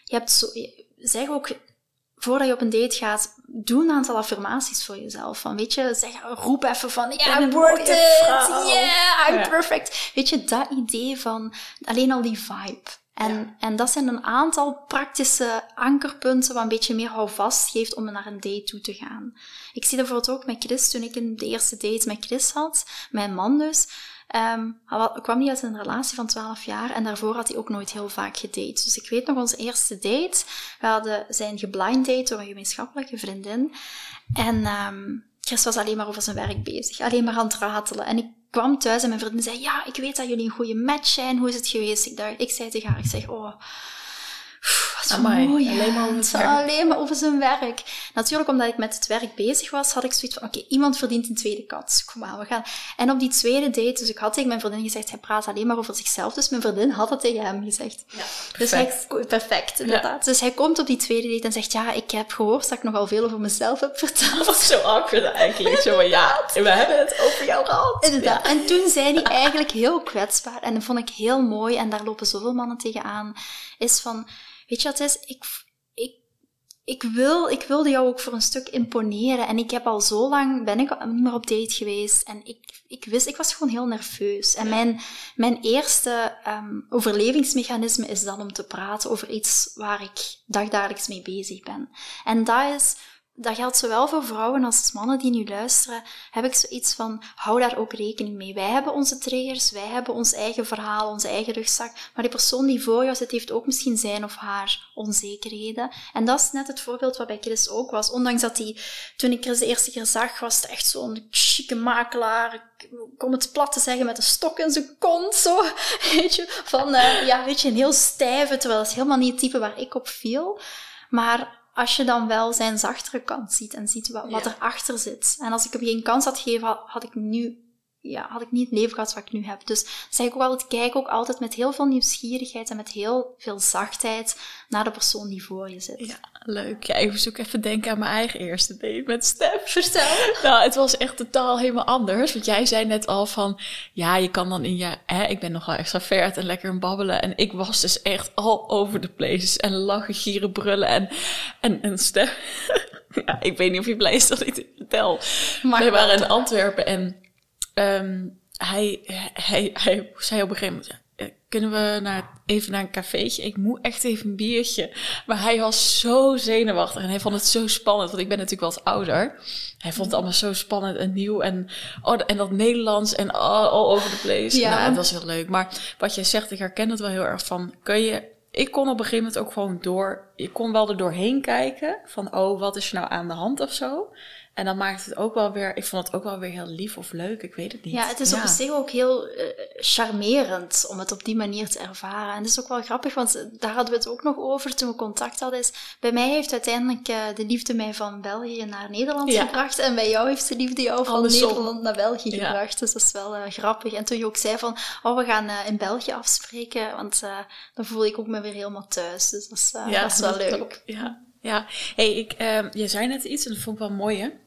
zeg ook, voordat je op een date gaat, doe een aantal affirmaties voor jezelf. Van, weet je, roep even van, I'm worth it, I'm perfect. Weet je, dat idee van alleen al die vibe. En dat zijn een aantal praktische ankerpunten wat een beetje meer houvast geeft om naar een date toe te gaan. Ik zie dat bijvoorbeeld ook met Chris, toen ik de eerste date met Chris had, mijn man dus, hij kwam niet uit een relatie van 12 jaar en daarvoor had hij ook nooit heel vaak gedate. Dus ik weet nog onze eerste date. We zijn geblind date door een gemeenschappelijke vriendin. En Chris was alleen maar over zijn werk bezig. Alleen maar aan het ratelen. En ik kwam thuis en mijn vriendin zei, ik weet dat jullie een goede match zijn. Hoe is het geweest? Ik zei tegen haar, het zo mooi. Alleen maar over het werk. Alleen maar over zijn werk. Natuurlijk, omdat ik met het werk bezig was, had ik zoiets van, oké, iemand verdient een tweede kans. Kom aan, we gaan. En op die tweede date, dus ik had tegen mijn vriendin gezegd, hij praat alleen maar over zichzelf. Dus mijn vriendin had het tegen hem gezegd. Ja, perfect. Dus perfect, inderdaad. Ja. Dus hij komt op die tweede date en zegt, ja, ik heb gehoord dat ik nogal veel over mezelf heb verteld. Dat is zo awkward eigenlijk. Zo van, ja, we hebben het over jou gehad. Inderdaad. Ja. En toen zei hij eigenlijk heel kwetsbaar, en dat vond ik heel mooi, en daar lopen zoveel mannen tegenaan, is van, weet je wat het is? Ik wilde jou ook voor een stuk imponeren. En ik heb al zo lang, ben ik niet meer op date geweest. En ik was gewoon heel nerveus. En mijn eerste overlevingsmechanisme is dan om te praten over iets waar ik dagdagelijks mee bezig ben. En dat geldt zowel voor vrouwen als mannen die nu luisteren, heb ik zoiets van, hou daar ook rekening mee. Wij hebben onze triggers, wij hebben ons eigen verhaal, onze eigen rugzak, maar die persoon die voor jou zit, heeft ook misschien zijn of haar onzekerheden. En dat is net het voorbeeld wat bij Chris ook was. Ondanks dat toen ik Chris de eerste keer zag, was het echt zo'n chique makelaar, om het plat te zeggen, met een stok in zijn kont, zo, weet je, van, weet je, een heel stijve, terwijl dat is helemaal niet het type waar ik op viel. Maar als je dan wel zijn zachtere kant ziet en ziet wat erachter zit. En als ik hem geen kans had gegeven, had ik niet het leven gehad wat ik nu heb. Dus zeg ik ook altijd, kijk ook altijd met heel veel nieuwsgierigheid en met heel veel zachtheid naar de persoon die voor je zit. Ja, leuk. Ja, ik moest ook even denken aan mijn eigen eerste date met Stef. Vertel. Nou, het was echt totaal helemaal anders. Want jij zei net al van, ja, je kan dan ik ben nogal extravert en lekker aan babbelen. En ik was dus echt all over the place. En lachen, gieren, brullen. En Stef, ja, ik weet niet of je blij is dat ik dit vertel. We waren in Antwerpen en hij zei op een gegeven moment, kunnen we even naar een cafeetje? Ik moet echt even een biertje. Maar hij was zo zenuwachtig en hij vond het zo spannend, want ik ben natuurlijk wat ouder. Hij vond het allemaal zo spannend en nieuw en dat Nederlands en all over the place. Ja. Nou, het was heel leuk. Maar wat jij zegt, ik herken het wel heel erg van, ik kon op een gegeven moment ook gewoon je kon wel er doorheen kijken van, wat is er nou aan de hand of zo. En dan maakt het ook wel weer, ik vond het ook wel weer heel lief of leuk, ik weet het niet. Ja, het is op zich ook heel charmerend om het op die manier te ervaren. En het is ook wel grappig, want daar hadden we het ook nog over toen we contact hadden. Bij mij heeft uiteindelijk de liefde mij van België naar Nederland gebracht. En bij jou heeft de liefde jou van Nederland naar België gebracht. Dus dat is wel grappig. En toen je ook zei van, we gaan in België afspreken, want dan voel ik ook me weer helemaal thuis. Dus dat is wel leuk. Klopt. Ja. Hey, je zei net iets en dat vond ik wel mooi, hè?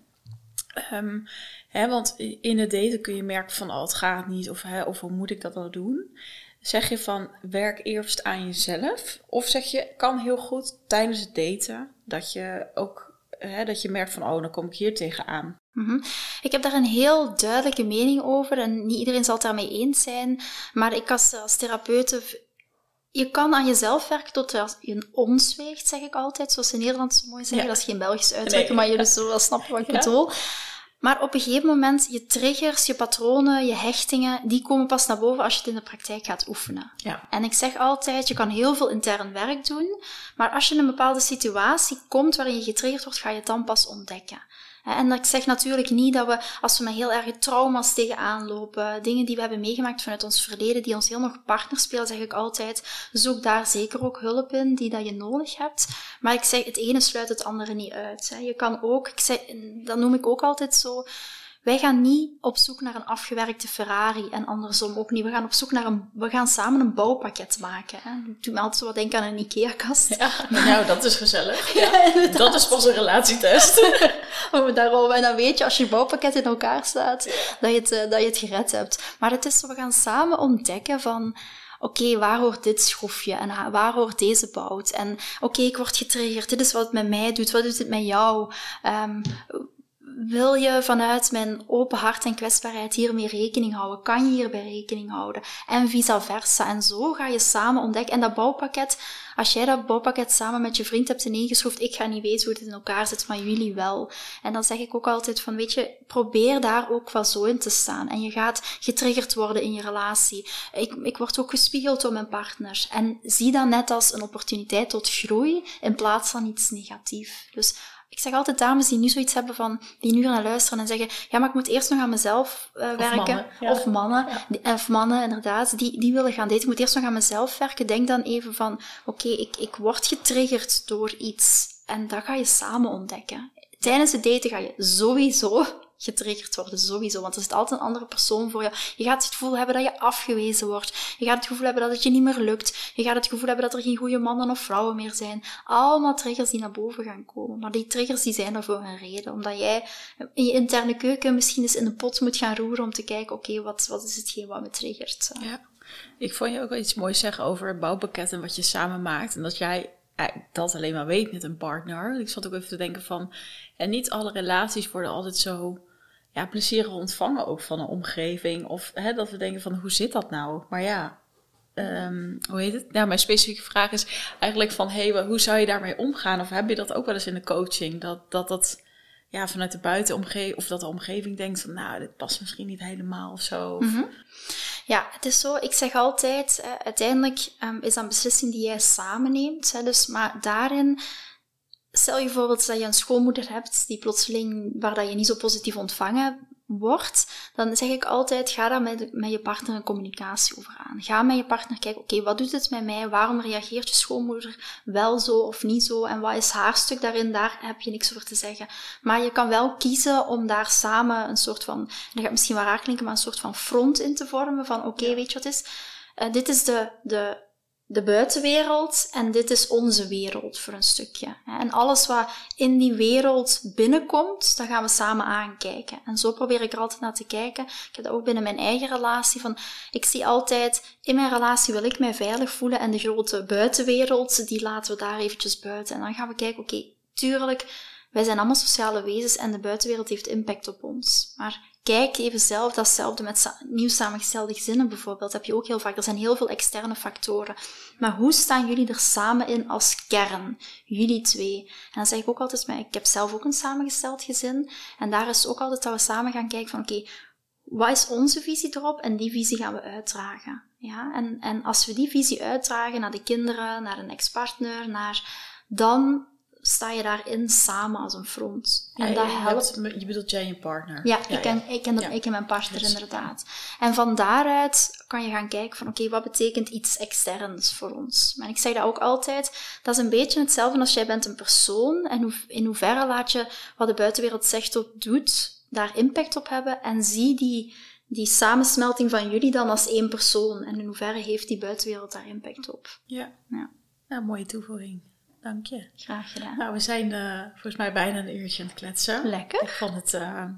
Want in het daten kun je merken van, het gaat niet, of hoe moet ik dat dan doen? Zeg je van, werk eerst aan jezelf? Of zeg je, kan heel goed tijdens het daten, dat je ook, dat je merkt van, dan kom ik hier tegenaan. Mm-hmm. Ik heb daar een heel duidelijke mening over en niet iedereen zal het daarmee eens zijn, maar ik als therapeut, je kan aan jezelf werken tot je een ons weegt, zeg ik altijd. Zoals ze in Nederland zo mooi zeggen. Dat is geen Belgisch uitdrukking, maar jullie zullen wel snappen wat ik bedoel. Maar op een gegeven moment, je triggers, je patronen, je hechtingen, die komen pas naar boven als je het in de praktijk gaat oefenen. Ja. En ik zeg altijd, je kan heel veel intern werk doen, maar als je in een bepaalde situatie komt waarin je getriggerd wordt, ga je het dan pas ontdekken. En ik zeg natuurlijk niet dat als we met heel erge trauma's tegenaan lopen, dingen die we hebben meegemaakt vanuit ons verleden, die ons heel nog partner spelen, zeg ik altijd, zoek daar zeker ook hulp in die dat je nodig hebt. Maar ik zeg, het ene sluit het andere niet uit. Je kan ook, dat noem ik ook altijd zo, wij gaan niet op zoek naar een afgewerkte Ferrari en andersom ook niet. We gaan samen een bouwpakket maken. Dat doet me altijd zo wat denken aan een IKEA-kast. Ja, nou, dat is gezellig. Ja, dat is pas een relatietest. En dan weet je, als je bouwpakket in elkaar staat, dat je het gered hebt. Maar het is zo, we gaan samen ontdekken van, oké, waar hoort dit schroefje en waar hoort deze bout? En oké, ik word getriggerd, dit is wat het met mij doet, wat doet het met jou? Wil je vanuit mijn open hart en kwetsbaarheid hiermee rekening houden? Kan je hierbij rekening houden? En vice versa. En zo ga je samen ontdekken. En dat bouwpakket, als jij dat bouwpakket samen met je vriend hebt ineengeschroefd, ik ga niet weten hoe het in elkaar zit, maar jullie wel. En dan zeg ik ook altijd van, weet je, probeer daar ook wel zo in te staan. En je gaat getriggerd worden in je relatie. Ik word ook gespiegeld door mijn partner. En zie dat net als een opportuniteit tot groei, in plaats van iets negatiefs. Dus ik zeg altijd dames die nu zoiets hebben die nu naar luisteren en zeggen, ja, maar ik moet eerst nog aan mezelf werken. Mannen, ja. Of mannen. Ja. Of mannen, inderdaad, die willen gaan daten. Ik moet eerst nog aan mezelf werken. Denk dan even van, oké, ik word getriggerd door iets. En dat ga je samen ontdekken. Tijdens het daten ga je sowieso getriggerd worden, sowieso. Want er zit altijd een andere persoon voor je. Je gaat het gevoel hebben dat je afgewezen wordt. Je gaat het gevoel hebben dat het je niet meer lukt. Je gaat het gevoel hebben dat er geen goede mannen of vrouwen meer zijn. Allemaal triggers die naar boven gaan komen. Maar die triggers die zijn er voor een reden. Omdat jij in je interne keuken misschien eens in de pot moet gaan roeren om te kijken, oké, wat is hetgeen wat me triggert? Ja. Ik vond je ook wel iets moois zeggen over het bouwpakket en wat je samen maakt. En dat jij dat alleen maar weet met een partner. Ik zat ook even te denken van, en niet alle relaties worden altijd zo plezierig ontvangen ook van een omgeving. Of dat we denken van, hoe zit dat nou? Maar ja, hoe heet het? Nou, mijn specifieke vraag is eigenlijk van, hoe zou je daarmee omgaan? Of heb je dat ook wel eens in de coaching? Dat vanuit de buitenomgeving, of dat de omgeving denkt van, nou, dit past misschien niet helemaal of zo. Mm-hmm. Ja, het is zo. Ik zeg altijd, uiteindelijk is dat een beslissing die jij samen neemt. Dus, maar daarin, stel je bijvoorbeeld dat je een schoonmoeder hebt die plotseling, waar dat je niet zo positief ontvangen wordt, dan zeg ik altijd, ga daar met je partner een communicatie over aan. Ga met je partner kijken, oké, wat doet het met mij? Waarom reageert je schoonmoeder wel zo of niet zo? En wat is haar stuk daarin? Daar heb je niks over te zeggen. Maar je kan wel kiezen om daar samen een soort van, en dat gaat misschien wel raar klinken, maar een soort van front in te vormen van, oké, weet je wat het is? Dit is de buitenwereld en dit is onze wereld voor een stukje. En alles wat in die wereld binnenkomt, dat gaan we samen aankijken. En zo probeer ik er altijd naar te kijken. Ik heb dat ook binnen mijn eigen relatie. Ik zie altijd, in mijn relatie wil ik mij veilig voelen en de grote buitenwereld, die laten we daar eventjes buiten. En dan gaan we kijken, oké, tuurlijk, wij zijn allemaal sociale wezens en de buitenwereld heeft impact op ons. Maar kijk even zelf, datzelfde met nieuw samengestelde gezinnen bijvoorbeeld, heb je ook heel vaak. Er zijn heel veel externe factoren. Maar hoe staan jullie er samen in als kern? Jullie twee. En dan zeg ik ook altijd, ik heb zelf ook een samengesteld gezin. En daar is ook altijd dat we samen gaan kijken van, oké, wat is onze visie erop? En die visie gaan we uitdragen. Ja? En als we die visie uitdragen naar de kinderen, naar een ex-partner, dan sta je daarin samen als een front. En dat helpt. Je bedoelt jij en je partner? Ja, ik en mijn partner inderdaad. En van daaruit kan je gaan kijken van, oké, wat betekent iets externs voor ons? Maar ik zeg dat ook altijd, dat is een beetje hetzelfde als jij bent een persoon en in hoeverre laat je wat de buitenwereld zegt of doet, daar impact op hebben en zie die samensmelting van jullie dan als één persoon. En in hoeverre heeft die buitenwereld daar impact op? Ja. Mooie toevoeging. Dank je. Graag gedaan. Nou, we zijn volgens mij bijna een uurtje aan het kletsen. Lekker. Ik vond het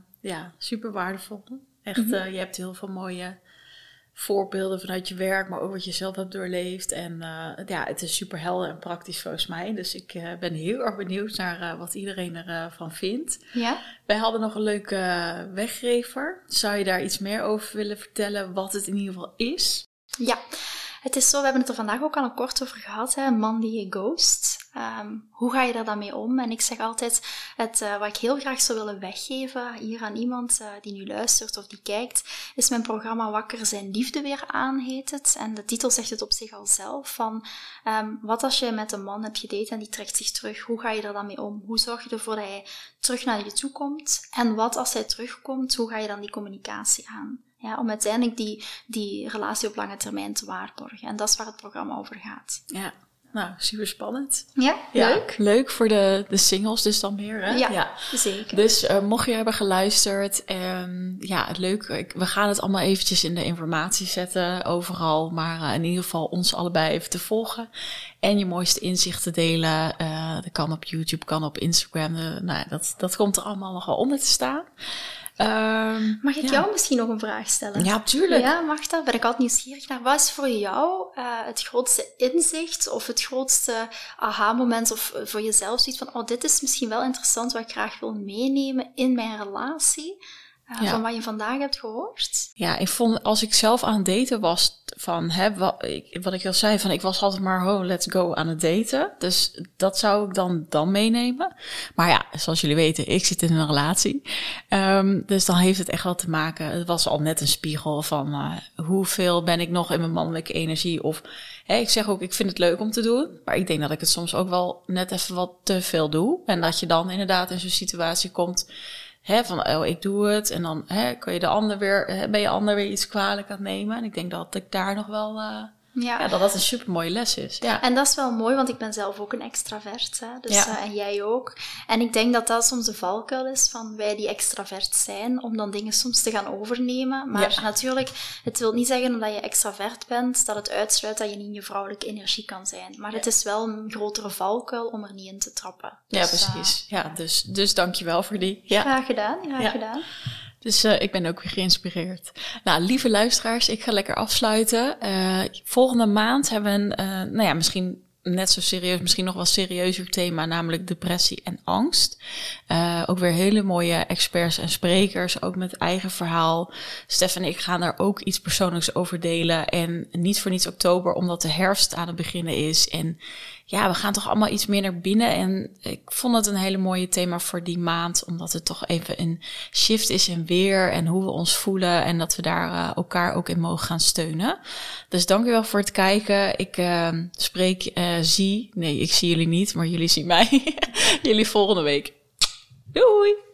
super waardevol. Echt, je hebt heel veel mooie voorbeelden vanuit je werk, maar ook wat je zelf hebt doorleefd. En het is super helder en praktisch volgens mij. Dus ik ben heel erg benieuwd naar wat iedereen ervan vindt. Ja. Wij hadden nog een leuke weggever. Zou je daar iets meer over willen vertellen, wat het in ieder geval is? Ja. Het is zo, we hebben het er vandaag ook al kort over gehad, een man die je ghost. Hoe ga je daar dan mee om? En ik zeg altijd, wat ik heel graag zou willen weggeven hier aan iemand die nu luistert of die kijkt, is mijn programma Wakker zijn liefde weer aan, heet het. En de titel zegt het op zich al zelf, van wat als je met een man hebt gedate en die trekt zich terug, hoe ga je er dan mee om? Hoe zorg je ervoor dat hij terug naar je toe komt? En wat als hij terugkomt, hoe ga je dan die communicatie aan? Ja, om uiteindelijk die relatie op lange termijn te waarborgen. En dat is waar het programma over gaat. Ja, nou, super spannend. Ja, leuk. Leuk voor de singles dus dan meer, hè? Ja, zeker. Dus mocht je hebben geluisterd, het leuk. We gaan het allemaal eventjes in de informatie zetten, overal. Maar in ieder geval ons allebei even te volgen. En je mooiste inzichten delen. Dat kan op YouTube, kan op Instagram. Dat komt er allemaal nog wel onder te staan. Mag ik jou misschien nog een vraag stellen? Ja, tuurlijk. Ja, mag dat? Ben ik altijd nieuwsgierig naar. Wat is voor jou het grootste inzicht of het grootste aha-moment of voor jezelf zoiets van, dit is misschien wel interessant wat ik graag wil meenemen in mijn relatie? van wat je vandaag hebt gehoord? Ja, ik vond als ik zelf aan het daten was, wat ik al zei, ik was altijd maar let's go aan het daten. Dus dat zou ik dan meenemen. Maar ja, zoals jullie weten, ik zit in een relatie. Dus dan heeft het echt wel te maken. Het was al net een spiegel van hoeveel ben ik nog in mijn mannelijke energie. Of ik zeg ook, ik vind het leuk om te doen. Maar ik denk dat ik het soms ook wel net even wat te veel doe. En dat je dan inderdaad in zo'n situatie komt van ik doe het. En dan kan je ben je ander weer iets kwalijk aan het nemen. En ik denk dat ik daar nog wel dat een supermooie les is. Ja. En dat is wel mooi, want ik ben zelf ook een extravert. Hè? Dus, en jij ook. En ik denk dat dat soms de valkuil is van wij die extravert zijn, om dan dingen soms te gaan overnemen. Maar natuurlijk, het wil niet zeggen omdat je extravert bent, dat het uitsluit dat je niet in je vrouwelijke energie kan zijn. Maar het is wel een grotere valkuil om er niet in te trappen. Dus, precies. Dus dankjewel voor die. Ja. Graag gedaan. Dus ik ben ook weer geïnspireerd. Nou, lieve luisteraars, ik ga lekker afsluiten. Volgende maand hebben we een, misschien net zo serieus, misschien nog wel serieuzer thema, namelijk depressie en angst. Ook weer hele mooie experts en sprekers, ook met eigen verhaal. Stef en ik gaan daar ook iets persoonlijks over delen. En niet voor niets oktober, omdat de herfst aan het beginnen is. En we gaan toch allemaal iets meer naar binnen. En ik vond het een hele mooie thema voor die maand, omdat het toch even een shift is in weer en hoe we ons voelen. En dat we daar elkaar ook in mogen gaan steunen. Dus dank u wel voor het kijken. Ik ik zie jullie niet, maar jullie zien mij. Jullie volgende week. Doei!